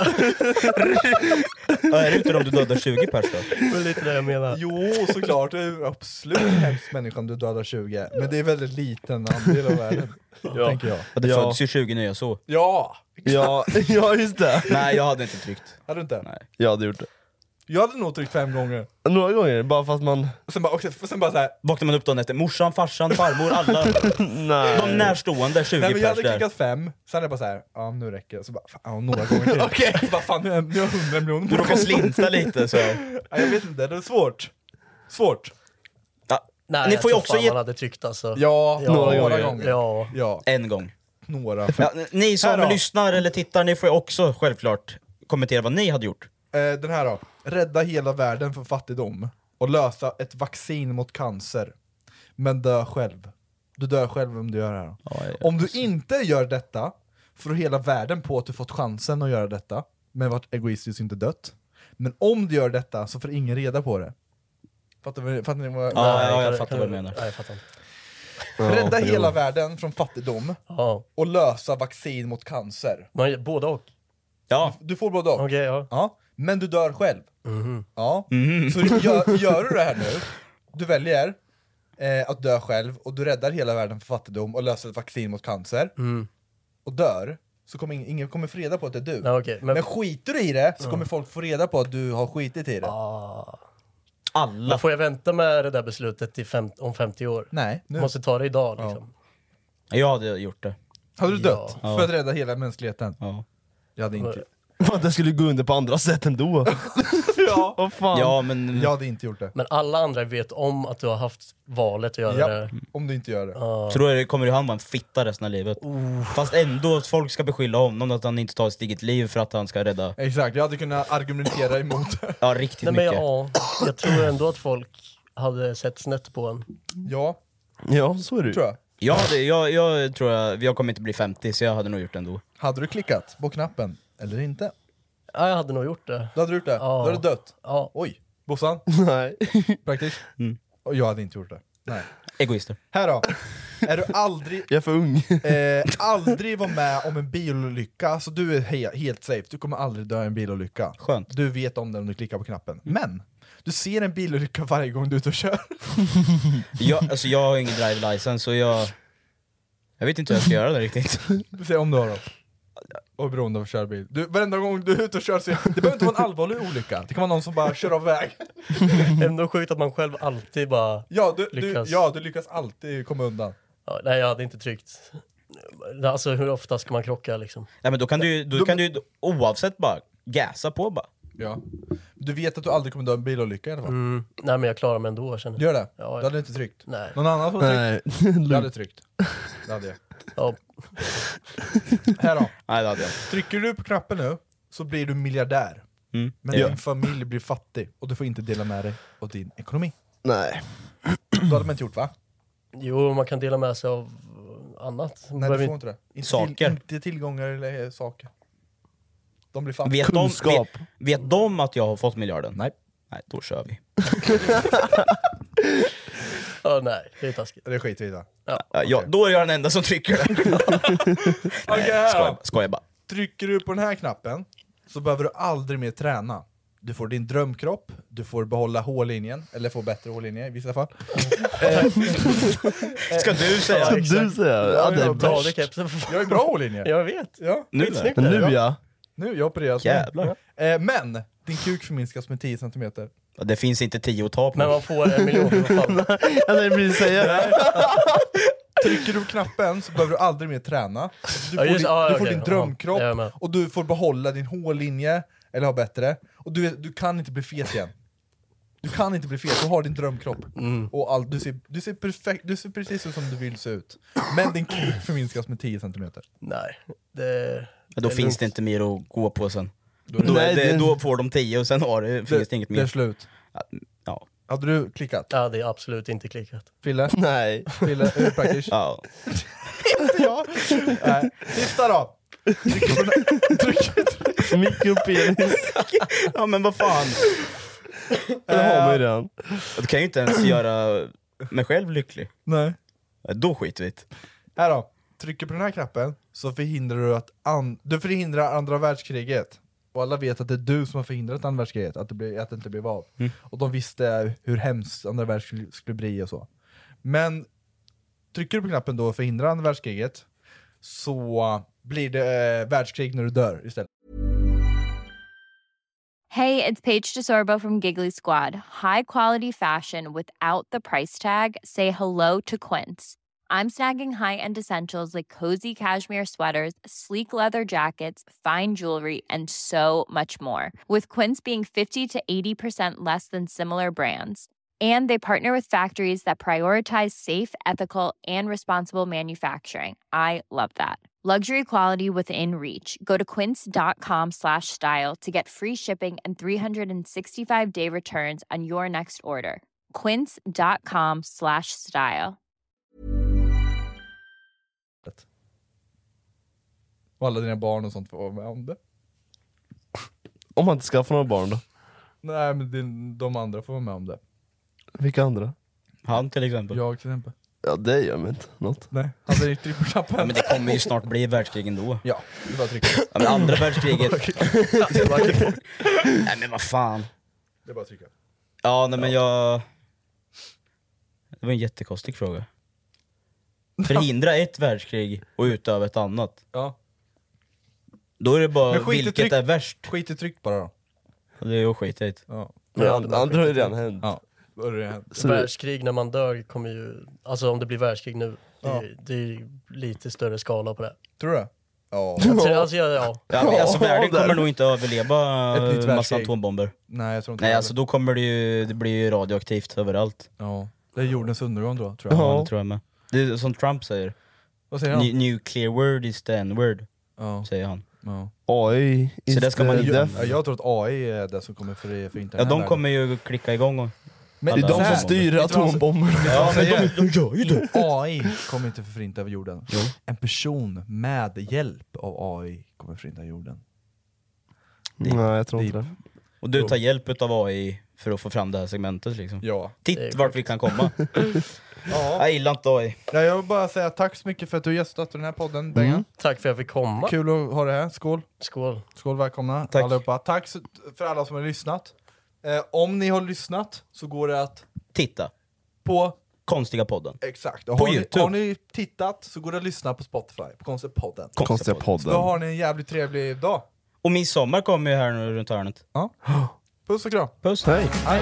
Är det inte om du dödar 20 pers då? Det är lite det jag menar. Jo, såklart. Det är absolut en hemsk människa om du dödar 20. Men det är väldigt liten andel av världen. Tänker jag. Det föds ju 20 nya så. Ja! Ja, just det. Nej, jag hade inte tryckt. Hade du inte? Nej. Jag hade gjort det. Jag hade nog tryckt 5 gånger. Några gånger, bara för att man... Sen bara så här. Vaknar man upp dagen efter, morsan, farsan, farmor, alla. Nej. De närstående 20 Nej, men jag hade pers där. klickat 5. Sen är det bara så här, ja nu räcker det. Så bara, fan, några gånger till. Okej. Så bara, fan nu har jag 100 miljoner. Du råkar slinta lite så. Ja, jag vet inte, det är svårt. Svårt. Ja. Nej, ni får ju också man hade tryckt alltså. Ja, några gånger. Ja. En gång. Några. Ja, ni som lyssnar eller tittar, ni får ju också självklart kommentera vad ni hade gjort. Den här då. Rädda hela världen från fattigdom och lösa ett vaccin mot cancer. Men dö själv. Du dör själv om du gör det här. Ja, om du inte gör detta får du hela världen på att du fått chansen att göra detta. Men varit egoistiskt inte dött. Men om du gör detta så får ingen reda på det. Fattar ni vad... Ja, jag fattar vad du menar. Nej, jag fattar. Rädda hela världen från fattigdom och lösa vaccin mot cancer. Men, båda och? Ja. Du får båda och. Okay, ja. Men du dör själv. Mm-hmm. Ja. Så gör du det här nu. Du väljer att dö själv och du räddar hela världen från fattigdom och löser ett vaccin mot cancer. Och dör. Så kommer ingen kommer få reda på att det är du. Ja, okay, men skiter du i det så kommer folk få reda på att du har skitit i det. Men får jag vänta med det där beslutet till om 50 år? Nej. Nu. Måste ta det idag liksom. Jag hade gjort det. Hade du dött för att rädda hela mänskligheten? Ja. Jag hade inte. Det skulle gå under på andra sätt ändå. Ja. Vad fan? Ja, men... Jag hade inte gjort det. Men alla andra vet om att du har haft valet att göra det. Om du inte gör det. Så då kommer han vara en fitta resten av livet. Fast ändå folk ska beskylla honom att han inte tar sitt eget liv för att han ska rädda. Exakt, jag hade kunnat argumentera emot det. Ja, riktigt mycket. Jag tror ändå att folk hade sett snett på en. Ja. Ja, så är det. Tror jag. Jag tror jag kommer inte bli 50, så jag hade nog gjort det ändå. Hade du klickat på knappen eller inte? Ja, jag hade nog gjort det. Du hade gjort det? Ja. Då hade du dött? Ja. Oj, Bossan? Nej. Praktiskt? Och jag hade inte gjort det. Nej. Egoister. Här då. Är du aldrig... Jag är för ung. Aldrig vara med om en bilolycka. Alltså du är helt safe. Du kommer aldrig dö i en bilolycka. Skönt. Du vet om det om du klickar på knappen. Men du ser en bilolycka varje gång du är ute och kör. Jag har ingen drive license, så jag vet inte hur jag ska göra det riktigt. Du ser om du har då. Och beroende av att köra bil. Varenda gång du är ute och kör, det behöver inte vara en allvarlig olycka. Det kan vara någon som bara kör av väg. Ändå sjukt att man själv alltid bara lyckas. Du lyckas alltid komma undan. Ja, nej, jag hade inte tryckt. Alltså hur ofta ska man krocka liksom? Nej, men då kan du oavsett bara gasa på bara. Ja. Du vet att du aldrig kommer dö i en bilolycka i alla fall. Nej, men jag klarar mig ändå, känner. Du gör det? Ja, du hade inte tryckt? Nej. Någon annan som tryckt? Du hade tryckt. Det hade jag. Ja. Här då. Nej, det hade jag. Trycker du på knappen nu så blir du miljardär. Men din familj blir fattig och du får inte dela med dig av din ekonomi. Nej. Då hade man inte gjort, va? Jo, man kan dela med sig av annat. Nej, du får inte det. Saker. Inte tillgångar eller saker. De blir fattiga. Vet de att jag har fått miljarden? Nej. Nej, då kör vi. Nej, det är taskigt. Det är skit i det. Ja, då är jag den enda som trycker det. Skojar bara. Trycker du på den här knappen så behöver du aldrig mer träna. Du får din drömkropp, du får behålla hårlinjen, eller få bättre hårlinje i vissa fall. Ska du säga? Ja, det är bra. Jag är bra hårlinje. Jag vet. Ja. Nu jag opereras. Jävlar. Men din kuk förminskas med 10 cm. Ja, det finns inte 10 att ta på. Men man får 1 miljon i alla fall. Jag vill säga. Trycker du på knappen så behöver du aldrig mer träna. Du får din drömkropp och du får behålla din hårlinje, eller ha bättre. Och du kan inte bli fet igen. Du kan inte bli fet, du har din drömkropp. Och allt, du ser perfekt, du ser precis som du vill se ut. Men din kuk förminskas med 10 cm. Nej, då finns det inte mer att gå på sen. Då får de 10 och sen finns det inget mer. Det är slut. Ja. Hade du klickat? Ja, det är absolut inte klickat. Fille? Nej. Fille, är det praktiskt? Ja. Inte jag. Nej. Sista då. Mikropenis. Ja, men vad fan. Det har man ju redan. Du kan ju inte ens göra mig själv lycklig. Nej. Då skiter vi. Här då. Trycker på den här knappen så förhindrar du att du förhindrar andra världskriget. Och alla vet att det är du som har förhindrat andra världskriget, att det inte blev av. Och de visste hur hemskt andra världskriget skulle bli och så. Men trycker du på knappen då och förhindrar andra världskriget, så blir det världskrig när du dör istället. Hey, it's Paige DeSorbo from Giggly Squad. High quality fashion without the price tag. Say hello to Quince. I'm snagging high-end essentials like cozy cashmere sweaters, sleek leather jackets, fine jewelry, and so much more. With Quince being 50 to 80% less than similar brands. And they partner with factories that prioritize safe, ethical, and responsible manufacturing. I love that. Luxury quality within reach. Go to quince.com/style to get free shipping and 365-day returns on your next order. Quince.com/style. Och alla dina barn och sånt får vara med om det. Om man inte skaffar några barn då? Nej, men de andra får vara med om det. Vilka andra? Han till exempel. Jag till exempel. Ja, det gör mig inte något. Nej, han är inte på knappen. Ja, men det kommer ju snart bli världskrig ändå. Ja, det var trycka. Ja, men andra världskriget. Nej, men vad fan. Det är bara att trycka. Ja, nej, men det var en jättekostig fråga. Förhindra ett världskrig och utöva ett annat. Ja. Då är det bara vilket är värst. Skit i tryck bara då. Det är ju skit i. Ja. Men andra har ju redan hänt. Ja. Världskrig när man dör kommer ju... Alltså om det blir världskrig nu Det är lite större skala på det. Tror du det? Ja. Alltså världen kommer nog inte överleva massa atombomber. Nej, jag tror inte. Nej, alltså då kommer det blir ju radioaktivt överallt. Ja. Det är jordens undergång då, tror jag. Ja, det tror jag med. Det är som Trump säger. Vad säger han? Nuclear word is the N-word, säger han. Ja. AI is så det ska man inte... Jag tror att AI är det som kommer förinta. Ja, de kommer ju klicka igång och... Men det är de som styr atombomber. Ja, men de gör ju det. AI kommer inte förinta över jorden. Jo. En person med hjälp av AI kommer förinta jorden. Nej, jag tror inte det. Och du tar hjälp av AI för att få fram det här segmentet liksom. Ja. Titt vart vi kan komma. Ja. Jag gillar inte AI. Jag vill bara säga tack så mycket för att du gästat den här podden, Bengan. Tack för att jag fick komma. Kul att ha det här. Skål. Skål, välkomna. Tack. Allihopa. Tack för alla som har lyssnat. Om ni har lyssnat så går det att titta på Konstiga podden. Exakt. På YouTube. Har ni tittat så går det att lyssna på Spotify, på Konstipodden. Konstipodden. Så då har ni en jävligt trevlig dag. Och midsommar kommer ju här nu runt hörnet. Ja. Puss och kram. Puss. Hej. Hej.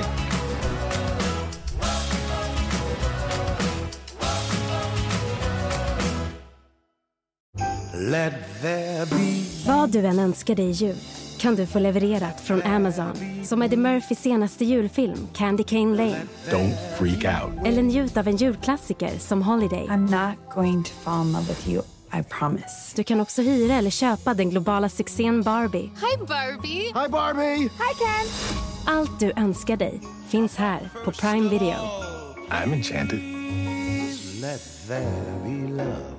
Vad du än önskar dig i jul kan du få levererat från Amazon. Som Eddie Murphys senaste julfilm Candy Cane Lane. Don't freak out. Eller njut av en julklassiker som Holiday. I'm not going to fall in love with you, I promise. Du kan också hyra eller köpa den globala succén Barbie. Hi Barbie! Hi Barbie! Hi Ken! Allt du önskar dig finns här på Prime Video. I'm enchanted. Let there be love.